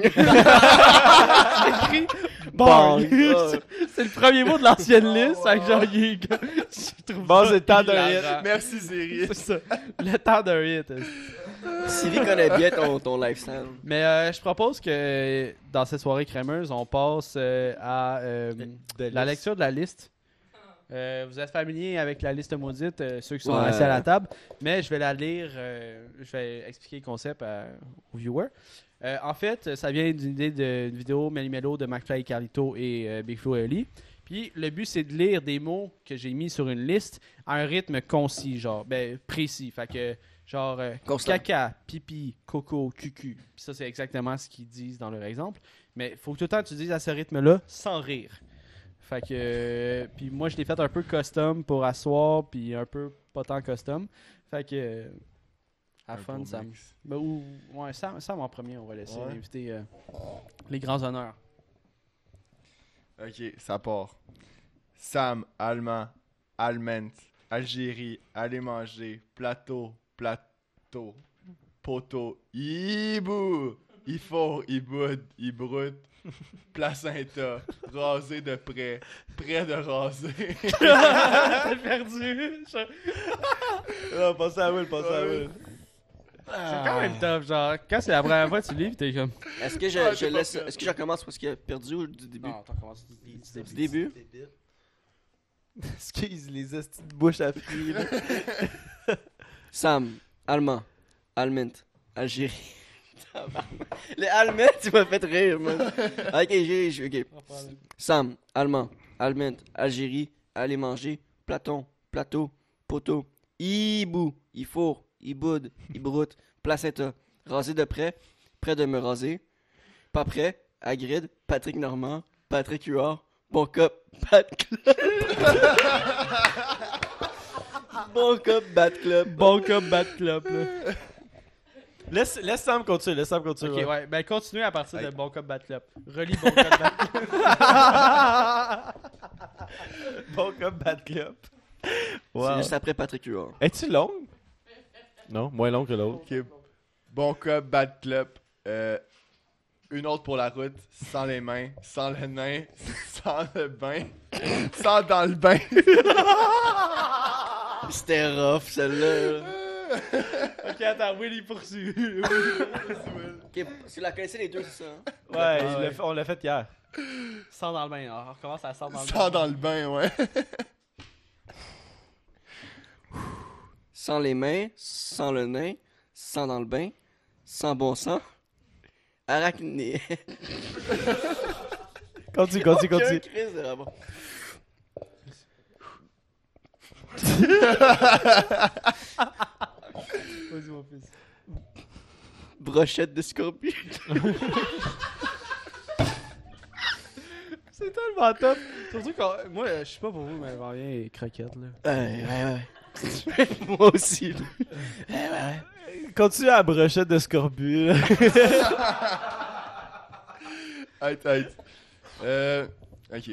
Écrit bang. Bang. C'est le premier mot de l'ancienne liste. Fait que genre, il est... Je trouve Bon, ça c'est le temps d'un hilarant. Merci, Siri. C'est ça. Le temps d'un hit. Siri connaît bien ton lifestyle. Mais je propose que dans cette soirée crémeuse, on passe à la lecture de la liste. Vous êtes familier avec la liste maudite, ceux qui sont Ouais. assis à la table, mais je vais la lire, je vais expliquer le concept aux viewers. En fait, ça vient d'une idée d'une vidéo Melly-Mello de McFly et Carlito et Big Flo et Oli. Puis le but, c'est de lire des mots que j'ai mis sur une liste à un rythme concis, genre, précis. Fait que, genre, Constant. caca, pipi, coco, cucu. Puis ça, c'est exactement ce qu'ils disent dans leur exemple. Mais il faut que tout le temps tu dises à ce rythme-là sans rire. Fait que, puis moi, je l'ai fait un peu custom pour asseoir, puis un peu pas tant custom. Fait que, à fun, Sam. Ben, ouais, Sam en premier, on va laisser Ouais. l'invité les grands honneurs. Ok, ça part. Sam, allemand, Alment, Algérie, aller manger, plateau, poteau, hibou, ifour, iboud, ibroute, placenta, rasé de près de raser. T'as perdu! Ah, passe à Will, passe à Will. C'est quand même tough, genre, quand c'est la première fois que tu lis, pis t'es comme... Est-ce que Ah, je t'es pas laisse. prêt. Est-ce que je recommence parce qu'il a perdu ou du début? t'en commences Du début? Excuse les estis de bouche à fruits. là. Sam, allemand, Allemande, Algérie. Les Allemands, tu m'as fait rire, man. Ok, ok. Sam, allemand, Allemande, Algérie, aller manger, Platon, plateau, poteau, hibou, ifour, iboude, ibroute, placenta, raser de près de me raser, pas prêt, Hagrid, Patrick Normand, Patrick Huard, bon cop, bad club. Bon cop, bad club. Bon cop, bad club, là. Laisse Sam continuer, Ok, ouais. ouais. Ben, continuez à partir de Hey. bon cop, bad club. Relis bon cop, bad club. Bon comme Bad Club. C'est Wow. juste après Patrick Huard. Es-tu longue? Non, moins long que l'autre. Ok. Bon cop, bad club. Une autre pour la route, sans les mains, sans le nain, sans le bain, sans dans le bain. C'était rough, celle-là. là. Ok, attends, Willy poursuit. Ok, tu la connaissais les deux, c'est ça? Hein? Ouais, Ouais. on l'a fait hier. Sans dans le bain. Alors, on recommence à sans dans le bain. Sans dans le bain, ouais. Sans les mains, sans le nain, sans dans le bain, sans bon sang. Arachné. Continue. Aucun crise de rapport. Vas-y, mon fils. Brochette de scorpion. C'est tellement top. Surtout que moi, je sais pas pour vous, mais rien est croquette, là. Ouais. Moi aussi. Là. Ouais. Continue à la brochette de scorbut. là. Arrête. Ok.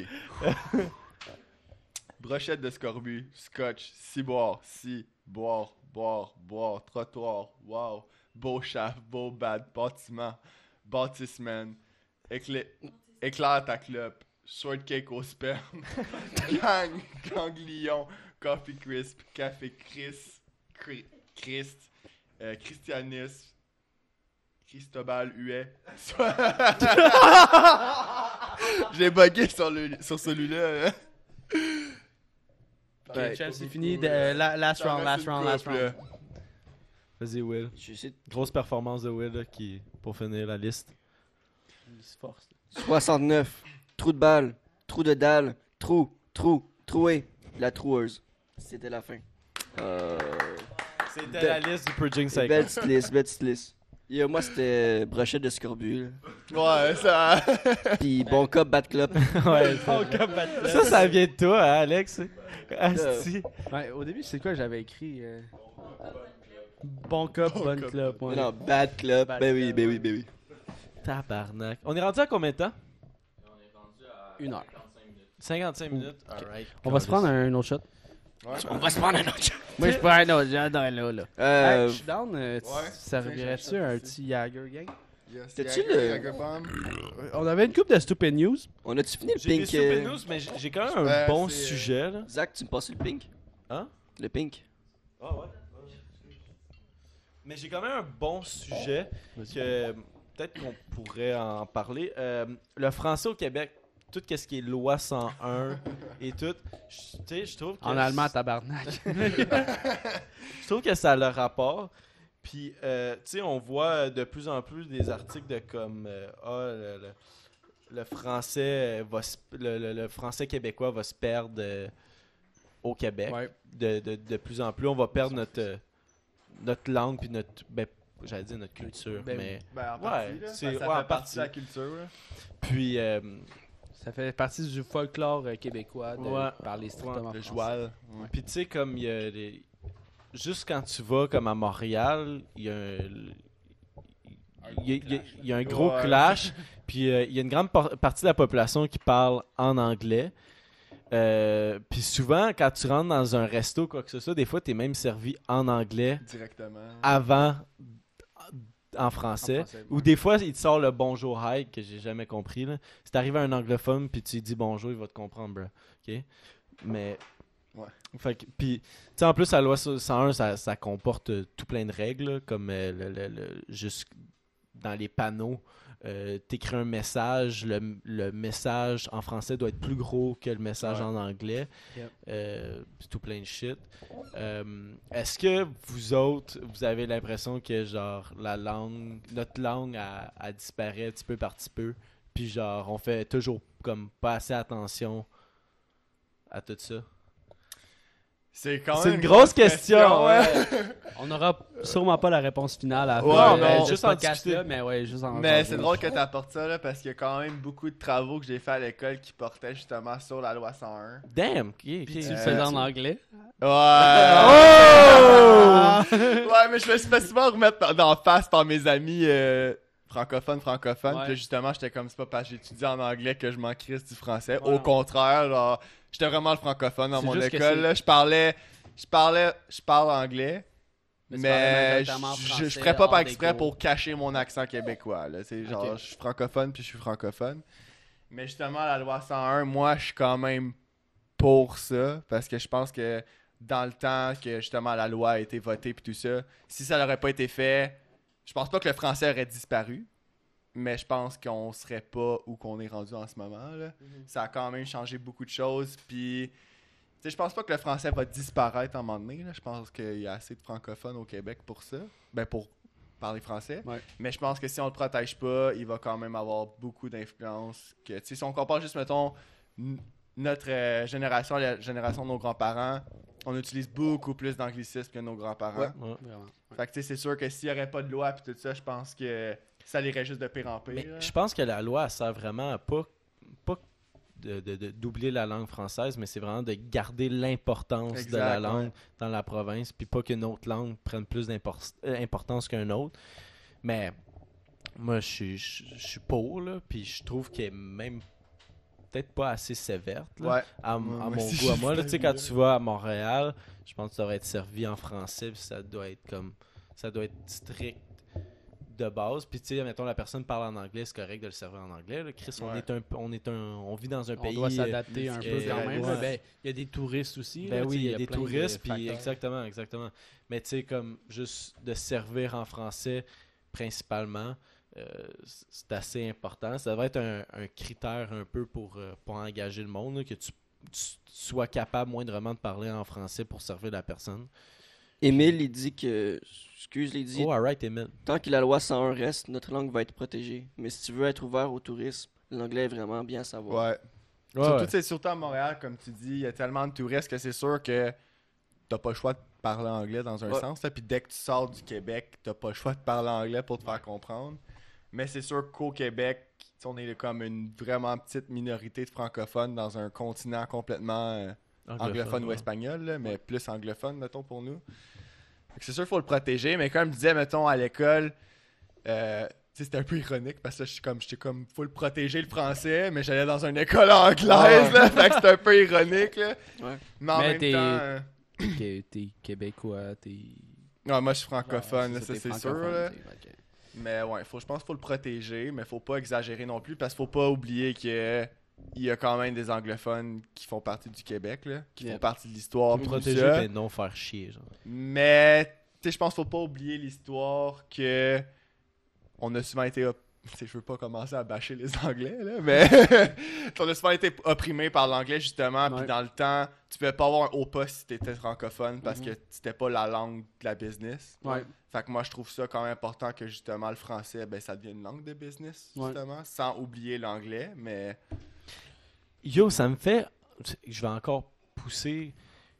Brochette de scorbut, scotch, ciboire, boire, trottoir, wow, beau chaf, beau bad, bâtiment, bâtissement, éclaire ta clope, shortcake au sperme, ganglion, coffee crisp, café Christ, christianisme, Cristobal Huet. J'ai bugué sur celui-là. Hein. Ok, Chef, c'est fini. Last round. Vas-y, Will. Je sais. Grosse performance de Will là, pour finir la liste. Il se force. 69. Trou de balle. Trou de dalle. Troué. La troueuse. C'était la fin. C'était la liste du Purging Cycle. Belle petite liste. Et moi, c'était brochette de scorbut. Ouais, ça. Puis bon cop, bad club. Ouais, Bon cop, bad club. ça vient de toi, hein, Alex? Asti. Ouais, au début, c'est quoi j'avais écrit bon cop, bonne club. Ouais. Non, bad club. Bad Ben club. oui. Tabarnak. On est rendu à combien de temps? On est rendu à 1 heure. 55 minutes. Alright. On va se prendre un autre shot. On va se prendre un autre shot. Moi, je prends un autre. J'adore là. Hey, je suis down. ouais. Servirais-tu un petit Jagger gang? Yes, T'as-tu Jagger, le- Jagger Bomb. On avait une coupe de Stupid News. On a-tu fini le J'ai des pink? stupid news, mais j'ai quand même un Ouais, bon c'est, sujet, là. Zach, tu me passes le pink? Hein? Le pink. Ah ouais. Mais j'ai quand même un bon sujet que peut-être qu'on pourrait en parler. Le français au Québec, tout ce qui est loi 101 et tout, tu sais, je trouve que En allemand, tabarnak. je trouve que ça a le rapport. Puis, tu sais, on voit de plus en plus des articles de comme le français le français québécois va se perdre au Québec. Ouais. De plus en plus, on va perdre notre langue puis j'allais dire notre culture, Ben, mais Ben, en Ouais, partie, là. c'est- Ça ouais, en fait partie de la partie. culture. Là. puis Ça fait partie du folklore québécois de Ouais. parler strictement Le français. joual. puis tu sais comme il y a juste quand tu vas comme à Montréal, il y a il y a un gros Ouais. clash, puis il y a une grande partie de la population qui parle en anglais. Puis souvent, quand tu rentres dans un resto, quoi que ce soit, des fois, tu es même servi en anglais Directement. avant en français. En français, Ou des fois, il te sort le bonjour hi que j'ai jamais compris. Là. Si t'arrives à un anglophone puis tu lui dis bonjour, il va te comprendre, bro. OK? Mais. Ouais. Fait que, puis, tu sais, en plus, la loi 101, ça comporte tout plein de règles, là, comme juste dans les panneaux, t'écris un message, le message en français doit être plus gros que le message en anglais. C'est tout plein de shit. Est-ce que vous autres, vous avez l'impression que genre notre langue, elle disparaît petit peu par petit peu, puis genre on fait toujours comme pas assez attention à tout ça? C'est quand C'est même une grosse question, ouais. On n'aura sûrement pas la réponse finale à la Ouais, fin non, de juste ce en podcast-là, discuter. mais ouais, juste en Mais jaser. c'est drôle que tu apportes ça là, parce qu'il y a quand même beaucoup de travaux que j'ai fait à l'école qui portaient justement sur la loi 101. Damn! Ok. Tu le Euh, faisais en anglais. Ouais! Oh! Ouais, mais je me suis fait souvent remettre d'en face par mes amis francophones. Ouais. Puis justement, j'étais comme c'est pas parce que j'étudie en anglais que je m'en crisse du français. Ouais, Au non. contraire, genre, j'étais vraiment le francophone dans C'est mon juste que école. c'est- Là. Je parle anglais. Mais tu parlais Mais majoritairement je français, ferais pas par hors des exprès cours. pour cacher mon accent québécois. Là. C'est genre, Ok. je suis francophone puis je suis francophone. Mais justement, la loi 101, moi, je suis quand même pour ça. Parce que je pense que dans le temps que justement la loi a été votée puis tout ça, si ça n'aurait pas été fait, je pense pas que le français aurait disparu. Mais je pense qu'on serait pas où qu'on est rendu en ce moment. Là. Ça a quand même changé beaucoup de choses. Puis, tu sais, je pense pas que le français va disparaître à un moment donné. Là. Je pense qu'il y a assez de francophones au Québec pour ça. Ben, pour parler français. Ouais. Mais je pense que si on le protège pas, il va quand même avoir beaucoup d'influence. Que, tu sais, si on compare juste, mettons, notre génération, la génération de nos grands-parents, on utilise beaucoup plus d'anglicisme que nos grands-parents. Ouais. Ouais. Vraiment. Fait que, tu sais, c'est sûr que s'il y aurait pas de loi et tout ça, je pense que ça irait juste de pire en pire. Mais là. je pense que la loi elle sert vraiment à pas d'oublier la langue française, mais c'est vraiment de garder l'importance de Exact, la langue ouais. dans la province, puis pas qu'une autre langue prenne plus d'importance qu'une autre. Mais moi, je suis pour, là, puis je trouve qu'elle est même peut-être pas assez sévère là, Ouais. à Moi mon aussi, goût à j'ai moi. Là, cet tu sais, quand avis-là. tu vas à Montréal, je pense que ça devrait être servi en français, puis ça doit être strict de base. Puis tu sais, mettons la personne parle en anglais, c'est correct de le servir en anglais. Là. Chris, Ouais. on vit dans un On pays. doit s'adapter un peu euh, quand même. ouais. Ben, il y a des touristes aussi. Ben là, oui, tu sais, il y a des plein de touristes, puis facteurs. exactement. Mais tu sais, comme juste de servir en français principalement, c'est assez important. Ça devrait être un critère un peu pour engager le monde, là, que tu sois capable moindrement de parler en français pour servir la personne. Émile, il dit que. Excuse, il dit. Oh, alright, Emile. Tant que la loi 101 reste, notre langue va être protégée. Mais si tu veux être ouvert au tourisme, l'anglais est vraiment bien à savoir. Ouais. Surtout à Montréal, comme tu dis, il y a tellement de touristes que c'est sûr que t'as pas le choix de parler anglais dans un Ouais. sens. Là. Puis dès que tu sors du Québec, t'as pas le choix de parler anglais pour te faire comprendre. Mais c'est sûr qu'au Québec, tu sais, on est comme une vraiment petite minorité de francophones dans un continent complètement anglophone ou ouais. espagnol, là, mais plus anglophone, mettons, pour nous. Fait que c'est sûr qu'il faut le protéger, mais comme je disais, mettons, à l'école, tu sais, c'était un peu ironique parce que j'étais comme, faut le protéger le français, mais j'allais dans une école anglaise, là, fait que c'était un peu ironique, là. Ouais. Mais en Mais même t'es- temps, T'es québécois, t'es. ouais, moi je suis francophone, Ouais, là, ça t'es c'est sûr, francophone, là. t'sais, ok. Mais ouais, je pense qu'il faut le protéger, mais faut pas exagérer non plus parce qu'il faut pas oublier qu'il y a quand même des anglophones qui font partie du Québec, là, qui Yeah. font partie de l'histoire. Pour puis tout protéger, ça. mais non faire chier. Genre. Mais, tu sais, je pense qu'il faut pas oublier l'histoire que on a souvent été. Tu sais, je veux pas commencer à bâcher les Anglais, là, mais on a souvent été opprimés par l'anglais, justement. Puis Ouais. dans le temps, tu pouvais pas avoir un haut poste si t'étais francophone parce Mhm. que c'était pas la langue de la business. Ouais. Fait que moi, je trouve ça quand même important que justement le français, ben, ça devienne une langue de business, Ouais. justement, sans oublier l'anglais. Mais Yo, ça me fait. Je vais encore pousser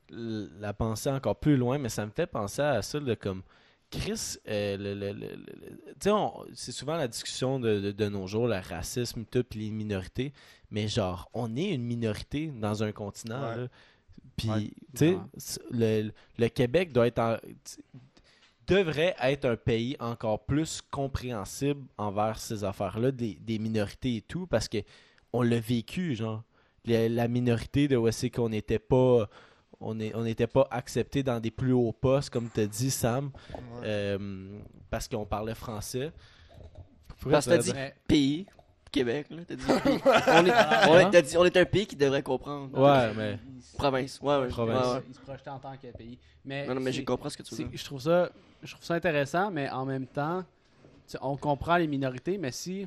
la pensée encore plus loin, mais ça me fait penser à ça de comme. Chris, tu sais, c'est souvent la discussion de nos jours, le racisme, tout, puis les minorités, mais genre, on est une minorité dans un continent, Ouais. là. Puis, Ouais, tu sais, vraiment. le Québec devrait être un pays encore plus compréhensible envers ces affaires-là, des minorités et tout, parce que on l'a vécu, genre. La minorité de où c'est qu'on n'était pas. On n'était pas accepté dans des plus hauts postes, comme tu as dit, Sam, parce qu'on parlait français. Parce que t'as dit Mais- pays, Québec, là. T'as dit pays. T'as dit, on est un pays qui devrait comprendre. Ouais, mais. Province. Ouais. Province. Ouais, ouais. Il se projetait en tant que pays. Mais Non, mais c'est- j'ai compris ce que tu veux c'est- dire. je trouve ça intéressant, mais en même temps, on comprend les minorités, mais si.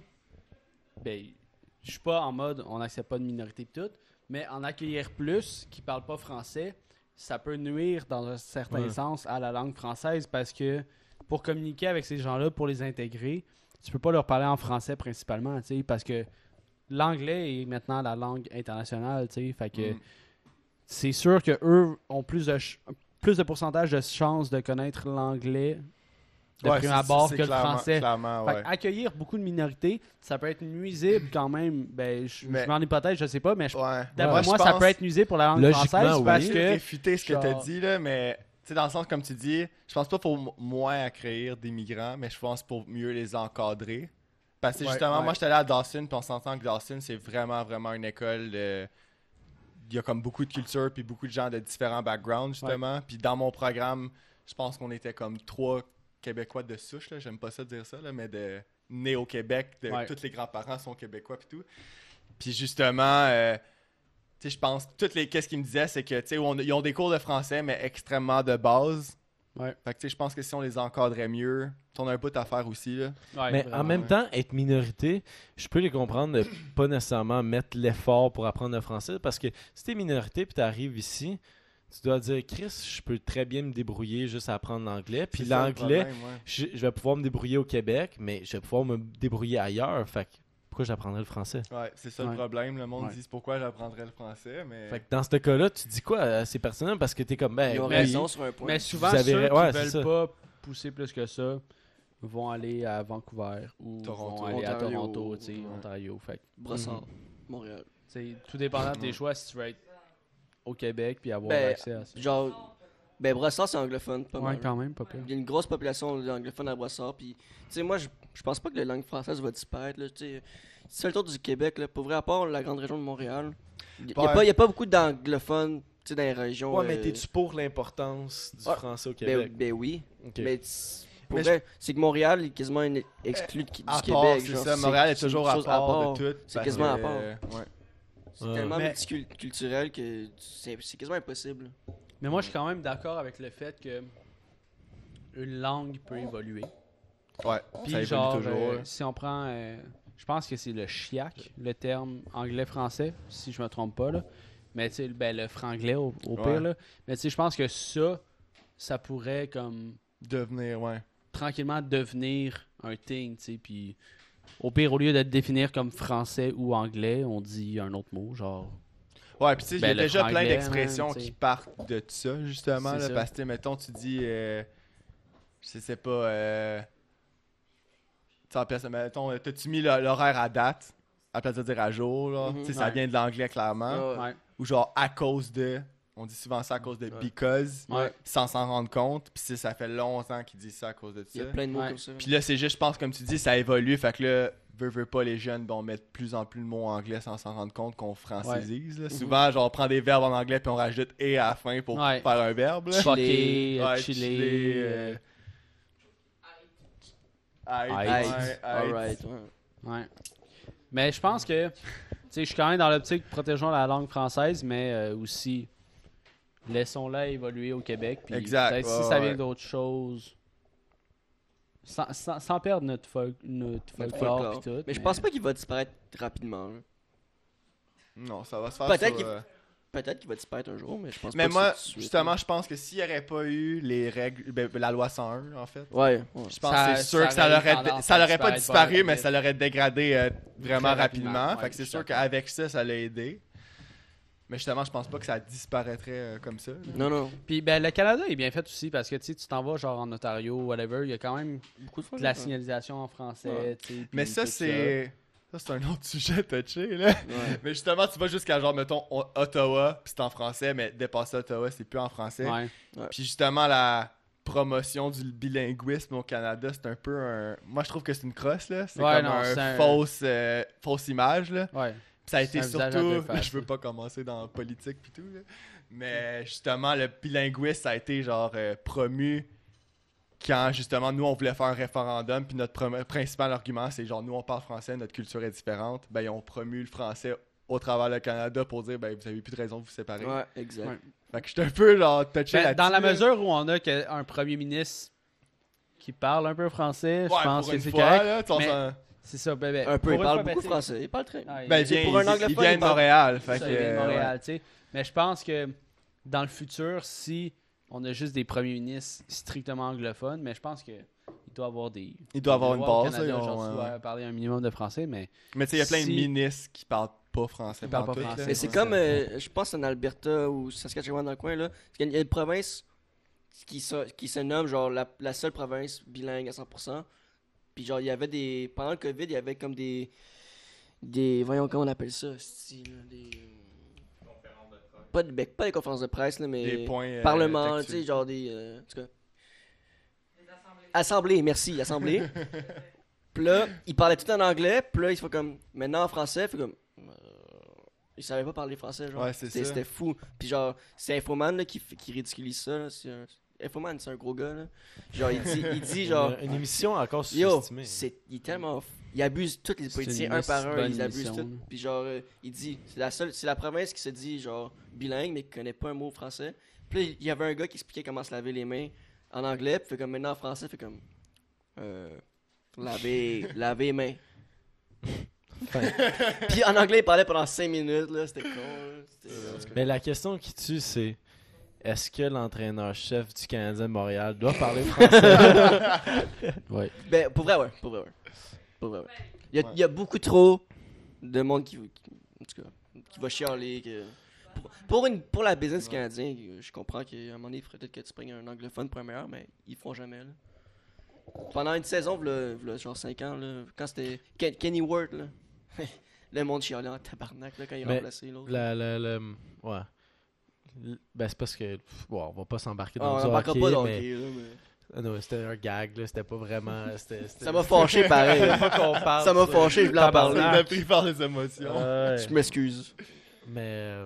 Ben, je suis pas en mode on n'accepte pas de minorité et tout, mais en accueillir plus qui parlent pas français, ça peut nuire dans un certain sens à la langue française parce que pour communiquer avec ces gens-là, pour les intégrer, tu peux pas leur parler en français principalement, tu sais, parce que l'anglais est maintenant la langue internationale, tu sais, fait que c'est sûr que eux ont plus de pourcentage de chances de connaître l'anglais de prime abord que le français. Clairement, Fait accueillir beaucoup de minorités, ça peut être nuisible quand même. Ben, je m'en hypothèse, je sais pas, mais d'après moi, ça peut être nuisible pour la langue française parce que réfuter ce que tu as dit, là, mais tu sais, dans le sens, comme tu dis, je pense pas pour moins accueillir des migrants, mais je pense pour mieux les encadrer. Parce que justement, moi, j'étais allé à Dawson, puis on s'entend que Dawson, c'est vraiment, vraiment une école de... Il y a comme beaucoup de culture, puis beaucoup de gens de différents backgrounds, justement. Puis dans mon programme, je pense qu'on était comme 3 Québécois de souche, là. J'aime pas ça dire ça, là, mais de nés au Québec, tous les grands-parents sont Québécois, puis tout. Puis justement... tu sais, je pense, qu'est-ce qu'ils me disaient, c'est que, tu sais, ils ont des cours de français, mais extrêmement de base. Fait que, tu sais, je pense que si on les encadrait mieux, on a un bout à faire aussi, là. Mais vraiment, en même temps, être minorité, je peux les comprendre de pas nécessairement mettre l'effort pour apprendre le français, parce que si t'es minorité puis t'arrives ici, tu dois dire, Chris, je peux très bien me débrouiller juste à apprendre l'anglais. Puis l'anglais, je vais pouvoir me débrouiller au Québec, mais je vais pouvoir me débrouiller ailleurs. Fait que pourquoi j'apprendrais le français? Ouais, c'est ça le problème. Le monde dit pourquoi j'apprendrais le français, mais... Fait que dans ce cas-là, tu dis quoi à ces personnes? Parce que t'es comme, ben... Ils ont raison sur un point. Mais souvent, ceux qui veulent pas pousser plus que ça vont aller à Vancouver ou vont aller à Toronto, tu sais, Ontario. Fait que... Brossard, Montréal. C'est tout dépendant de tes choix si tu veux être au Québec puis avoir accès à ça. Genre, Brossard, c'est anglophone, pas mal. Ouais, quand même, pas pire. Il y a une grosse population d'anglophones à Brossard, puis, tu sais, moi, je pense pas que la langue française va disparaître, là, tu sais. Si tu fais le tour du Québec, là, pour vrai, à part la grande région de Montréal, il n'y a pas beaucoup d'anglophones, tu sais, dans les régions. Ouais, mais t'es-tu pour l'importance du français au Québec? Ben oui. Okay. Mais pour vrai, c'est que Montréal est quasiment exclu du Québec. C'est ça, Montréal est toujours à part de tout. C'est quasiment à part. C'est tellement multiculturel que c'est quasiment impossible. Mais moi, je suis quand même d'accord avec le fait que une langue peut évoluer. Ouais, puis ça genre, évolue toujours. si on prend, je pense que c'est le chiac, le terme anglais-français, si je me trompe pas, là. Mais tu sais, le franglais au pire, là. Mais tu sais, je pense que ça pourrait comme... Devenir, tranquillement devenir un thing, tu sais, puis... Au pire, au lieu de le définir comme français ou anglais, on dit un autre mot, genre... Ouais, puis tu sais, il y a déjà plein franglais, d'expressions qui partent de ça, justement, là, ça. parce que, mettons, tu dis, je sais pas, mettons, t'as-tu mis l'horaire à date, à place de dire à jour, là, tu sais, ça vient de l'anglais, clairement, ou genre à cause de, on dit souvent ça à cause de because, sans s'en rendre compte, puis ça fait longtemps qu'ils disent ça à cause de ça. Il y a plein de mots comme ça. Puis là, c'est juste, je pense, comme tu dis, ça évolue, fait que là, veut pas, les jeunes vont mettre de plus en plus de mots anglais sans s'en rendre compte qu'on francésise. Là. Souvent, genre, on prend des verbes en anglais puis on rajoute « et » à la fin pour faire un verbe. Là. Fucker, chiller. Alright. Ouais. Mais je pense que, tu sais, je suis quand même dans l'optique protégeons la langue française, mais aussi laissons-la évoluer au Québec. Puis peut-être si ça vient d'autres choses, sans perdre notre folklore et tout. Mais je pense pas qu'il va disparaître rapidement. Là. Non, ça va se faire Peut-être qu'il va disparaître un jour, mais je pense pas. Mais moi, que justement, je pense que s'il n'y aurait pas eu les règles, la loi 101, en fait, je pense que c'est sûr que ça l'aurait pas disparu, mais ça l'aurait dégradé vraiment rapidement. Fait que c'est sûr qu'avec ça l'a aidé. Mais justement, je pense pas que ça disparaîtrait comme ça. Non. Puis le Canada est bien fait aussi parce que tu t'en vas genre en Ontario ou whatever, il y a quand même beaucoup de la signalisation en français. Mais ça, c'est un autre sujet touché, là. Mais justement, tu vas jusqu'à genre, mettons, Ottawa, puis c'est en français, mais dépasser Ottawa, c'est plus en français. Puis justement, la promotion du bilinguisme au Canada, c'est un peu un... Moi, je trouve que c'est une crosse, là. C'est comme fausse image, là. Puis ça a été surtout... Je veux pas commencer dans la politique pis tout, là. Mais justement, le bilinguisme, ça a été genre promu quand justement nous on voulait faire un référendum, puis notre principal argument c'est genre nous on parle français, notre culture est différente, ben ils ont promu le français au travers le Canada pour dire ben vous avez plus de raison de vous séparer. Ouais, exact. Fait que j'étais un peu genre touché là-dessus. Dans la mesure où on a un premier ministre qui parle un peu français. Ouais, Je pense pour que une c'est fois, correct. là, tu mais- sens- C'est ça, ben, Un peu, pour il une parle fois, beaucoup ben, français. Il parle très. Ben, c'est pour un il anglophone, vient il de parle- Montréal. Fait ça, que, il vient de ouais. Montréal, tu sais. Mais je pense que dans le futur, si on a juste des premiers ministres strictement anglophones, mais je pense que il doit avoir des. Il doit avoir une au base. Canada, là, genre, ouais, tu ouais. dois parler un minimum de français, mais Mais tu sais, il y a plein de Si- ministres qui parlent pas français. Ils parlent pas pantoute, français. là. Mais c'est Ouais, comme, c'est- je pense, en Alberta ou Saskatchewan dans le coin, là. Parce qu'il y a une province qui se nomme, genre, la seule province bilingue à 100%. Puis, genre, il y avait des. Pendant le COVID, il y avait comme des. Voyons, comment on appelle ça, style, des. Pas des conférences de presse, là, mais. Des points. Parlement, tu sais, tactiles. genre des. En tout cas. Assemblée, merci, assemblée. Puis là, il parlait tout en anglais, puis là, il fait comme. Maintenant en français, il fait comme. Il savait pas parler français, genre. Ouais, c'est ça. C'était fou. Puis genre, c'est Infoman là, qui ridiculise ça. Là. Infoman, c'est un gros gars, là. Genre, il dit genre. Une émission encore Yo, sous-estimée. il est tellement. Il abuse tous les C'est politiciens une un par un, bonne ils abusent émission, tout. là. Puis genre, il dit, c'est la province qui se dit genre bilingue mais qui connaît pas un mot français. Puis là, il y avait un gars qui expliquait comment se laver les mains en anglais, puis fait comme maintenant en français, fait comme laver les mains. Puis en anglais, il parlait pendant 5 minutes là, c'était con. Là. En tout cas. Mais la question qui tue, c'est est-ce que l'entraîneur-chef du Canadien de Montréal doit parler français? ouais. Ben, pour vrai, ouais. Pour vrai, ouais. Il y a beaucoup trop de monde en tout cas, qui va chialer. Pour la business canadienne, je comprends qu'à un moment donné, il faudrait peut-être que tu prennes un anglophone pour un meilleur, mais ils feront jamais. Là. Pendant une saison, v'là genre 5 ans, là, quand c'était Kenny Ward, là, le monde chialait en tabarnak là, quand il a Mais remplacé l'autre. Ouais. Ben, c'est parce que. Bon, on va pas s'embarquer Ah, dans on du n'embarquera hockey, pas dans mais... hockey, là, mais... Ah non, c'était un gag, là. C'était pas vraiment. Ça m'a fâché pareil. Faut qu'on parle. Ça m'a fâché, je voulais en Tabarnak. parler. Il a pris par les émotions. Ouais. Je m'excuse. Mais.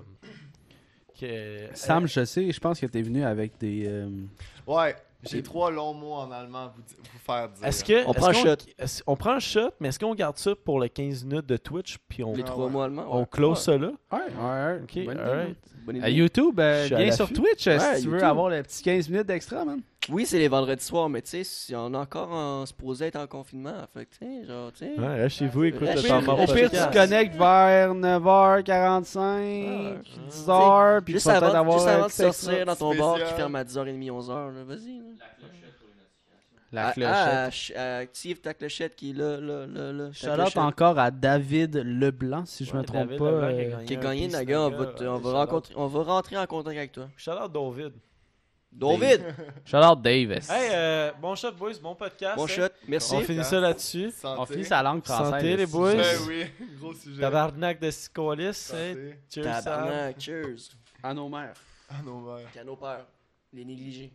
Sam, je sais, je pense que t'es venu avec des. Ouais, j'ai 3 longs mots en allemand à vous faire dire. Est-ce que. On prend un shot. On prend un shot, mais est-ce qu'on garde ça pour les 15 minutes de Twitch, puis on, Les 3 mots allemands. on close ça là? Ouais, Ok, bonne alright. Bonne idée. À YouTube, Je suis à viens sur l'affût. Twitch Ouais, si tu veux YouTube. avoir les petits 15 minutes d'extra, man. Oui, c'est les vendredis soirs, mais tu sais, si on est encore supposé être en confinement, fait que tu sais, genre, tu sais. Ouais, reste chez vous, écoute Au le pire- temps mort Au pire, tu podcast. te connectes vers 9h45, 10h, puis tu Juste vas peut-être avant, avoir juste un avant de petit extra. sortir dans ton bar qui spécial. ferme à 10h30, 11h, là, vas-y. Là. La clochette. Active ta clochette qui est là. ta Shout-out clochette. encore à David Leblanc, si je Ouais, me trompe David pas. Leblanc Qui a un gagné, piece Naga, on Naga, va rentrer en contact avec toi. Shout-out David. David, Shout-out Davis. Hey, bon shot, boys, bon podcast. bon hein. shot, merci. On finit ça là-dessus. Santé. On finit sa langue française. Santé, les boys. Ben oui, gros sujet. Tabarnak de Sicolis. Hey, Santé. cheers, Sam. Tabarnak, cheers. À nos mères. Ah non, ouais. Qu'à nos pères, les négligés.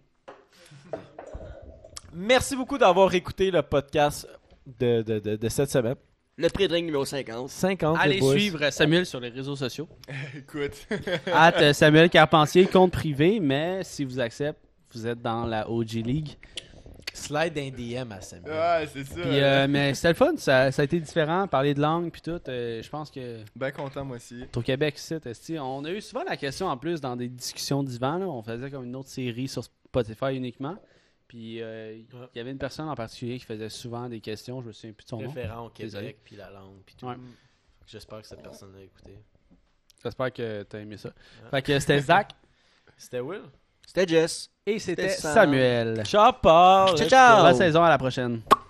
Merci beaucoup d'avoir écouté le podcast de cette semaine. Le pré-drink numéro 50. 50, Allez les boys. suivre Samuel sur les réseaux sociaux. Écoute. Samuel Carpentier, compte privé, mais si vous acceptez, vous êtes dans la OG League. Slide un DM à Samuel. Ouais, c'est ça. Puis, mais c'était le fun, ça a été différent, parler de langue puis tout. Je pense que Ben content, moi aussi. au Québec, on a eu souvent la question en plus dans des discussions d'Ivan. On faisait comme une autre série sur Spotify uniquement. Puis il y avait une personne en particulier qui faisait souvent des questions, je me souviens plus de son nom. Référent au Désolé. Québec, puis la langue, puis tout. Ouais. J'espère que cette personne l'a écouté. J'espère que t'as aimé ça. Fait que c'était Zach C'était Will? C'était Jess. et c'était C'était Sam. Samuel. Ciao, Paul! Ciao, ciao! Bonne saison, à la prochaine.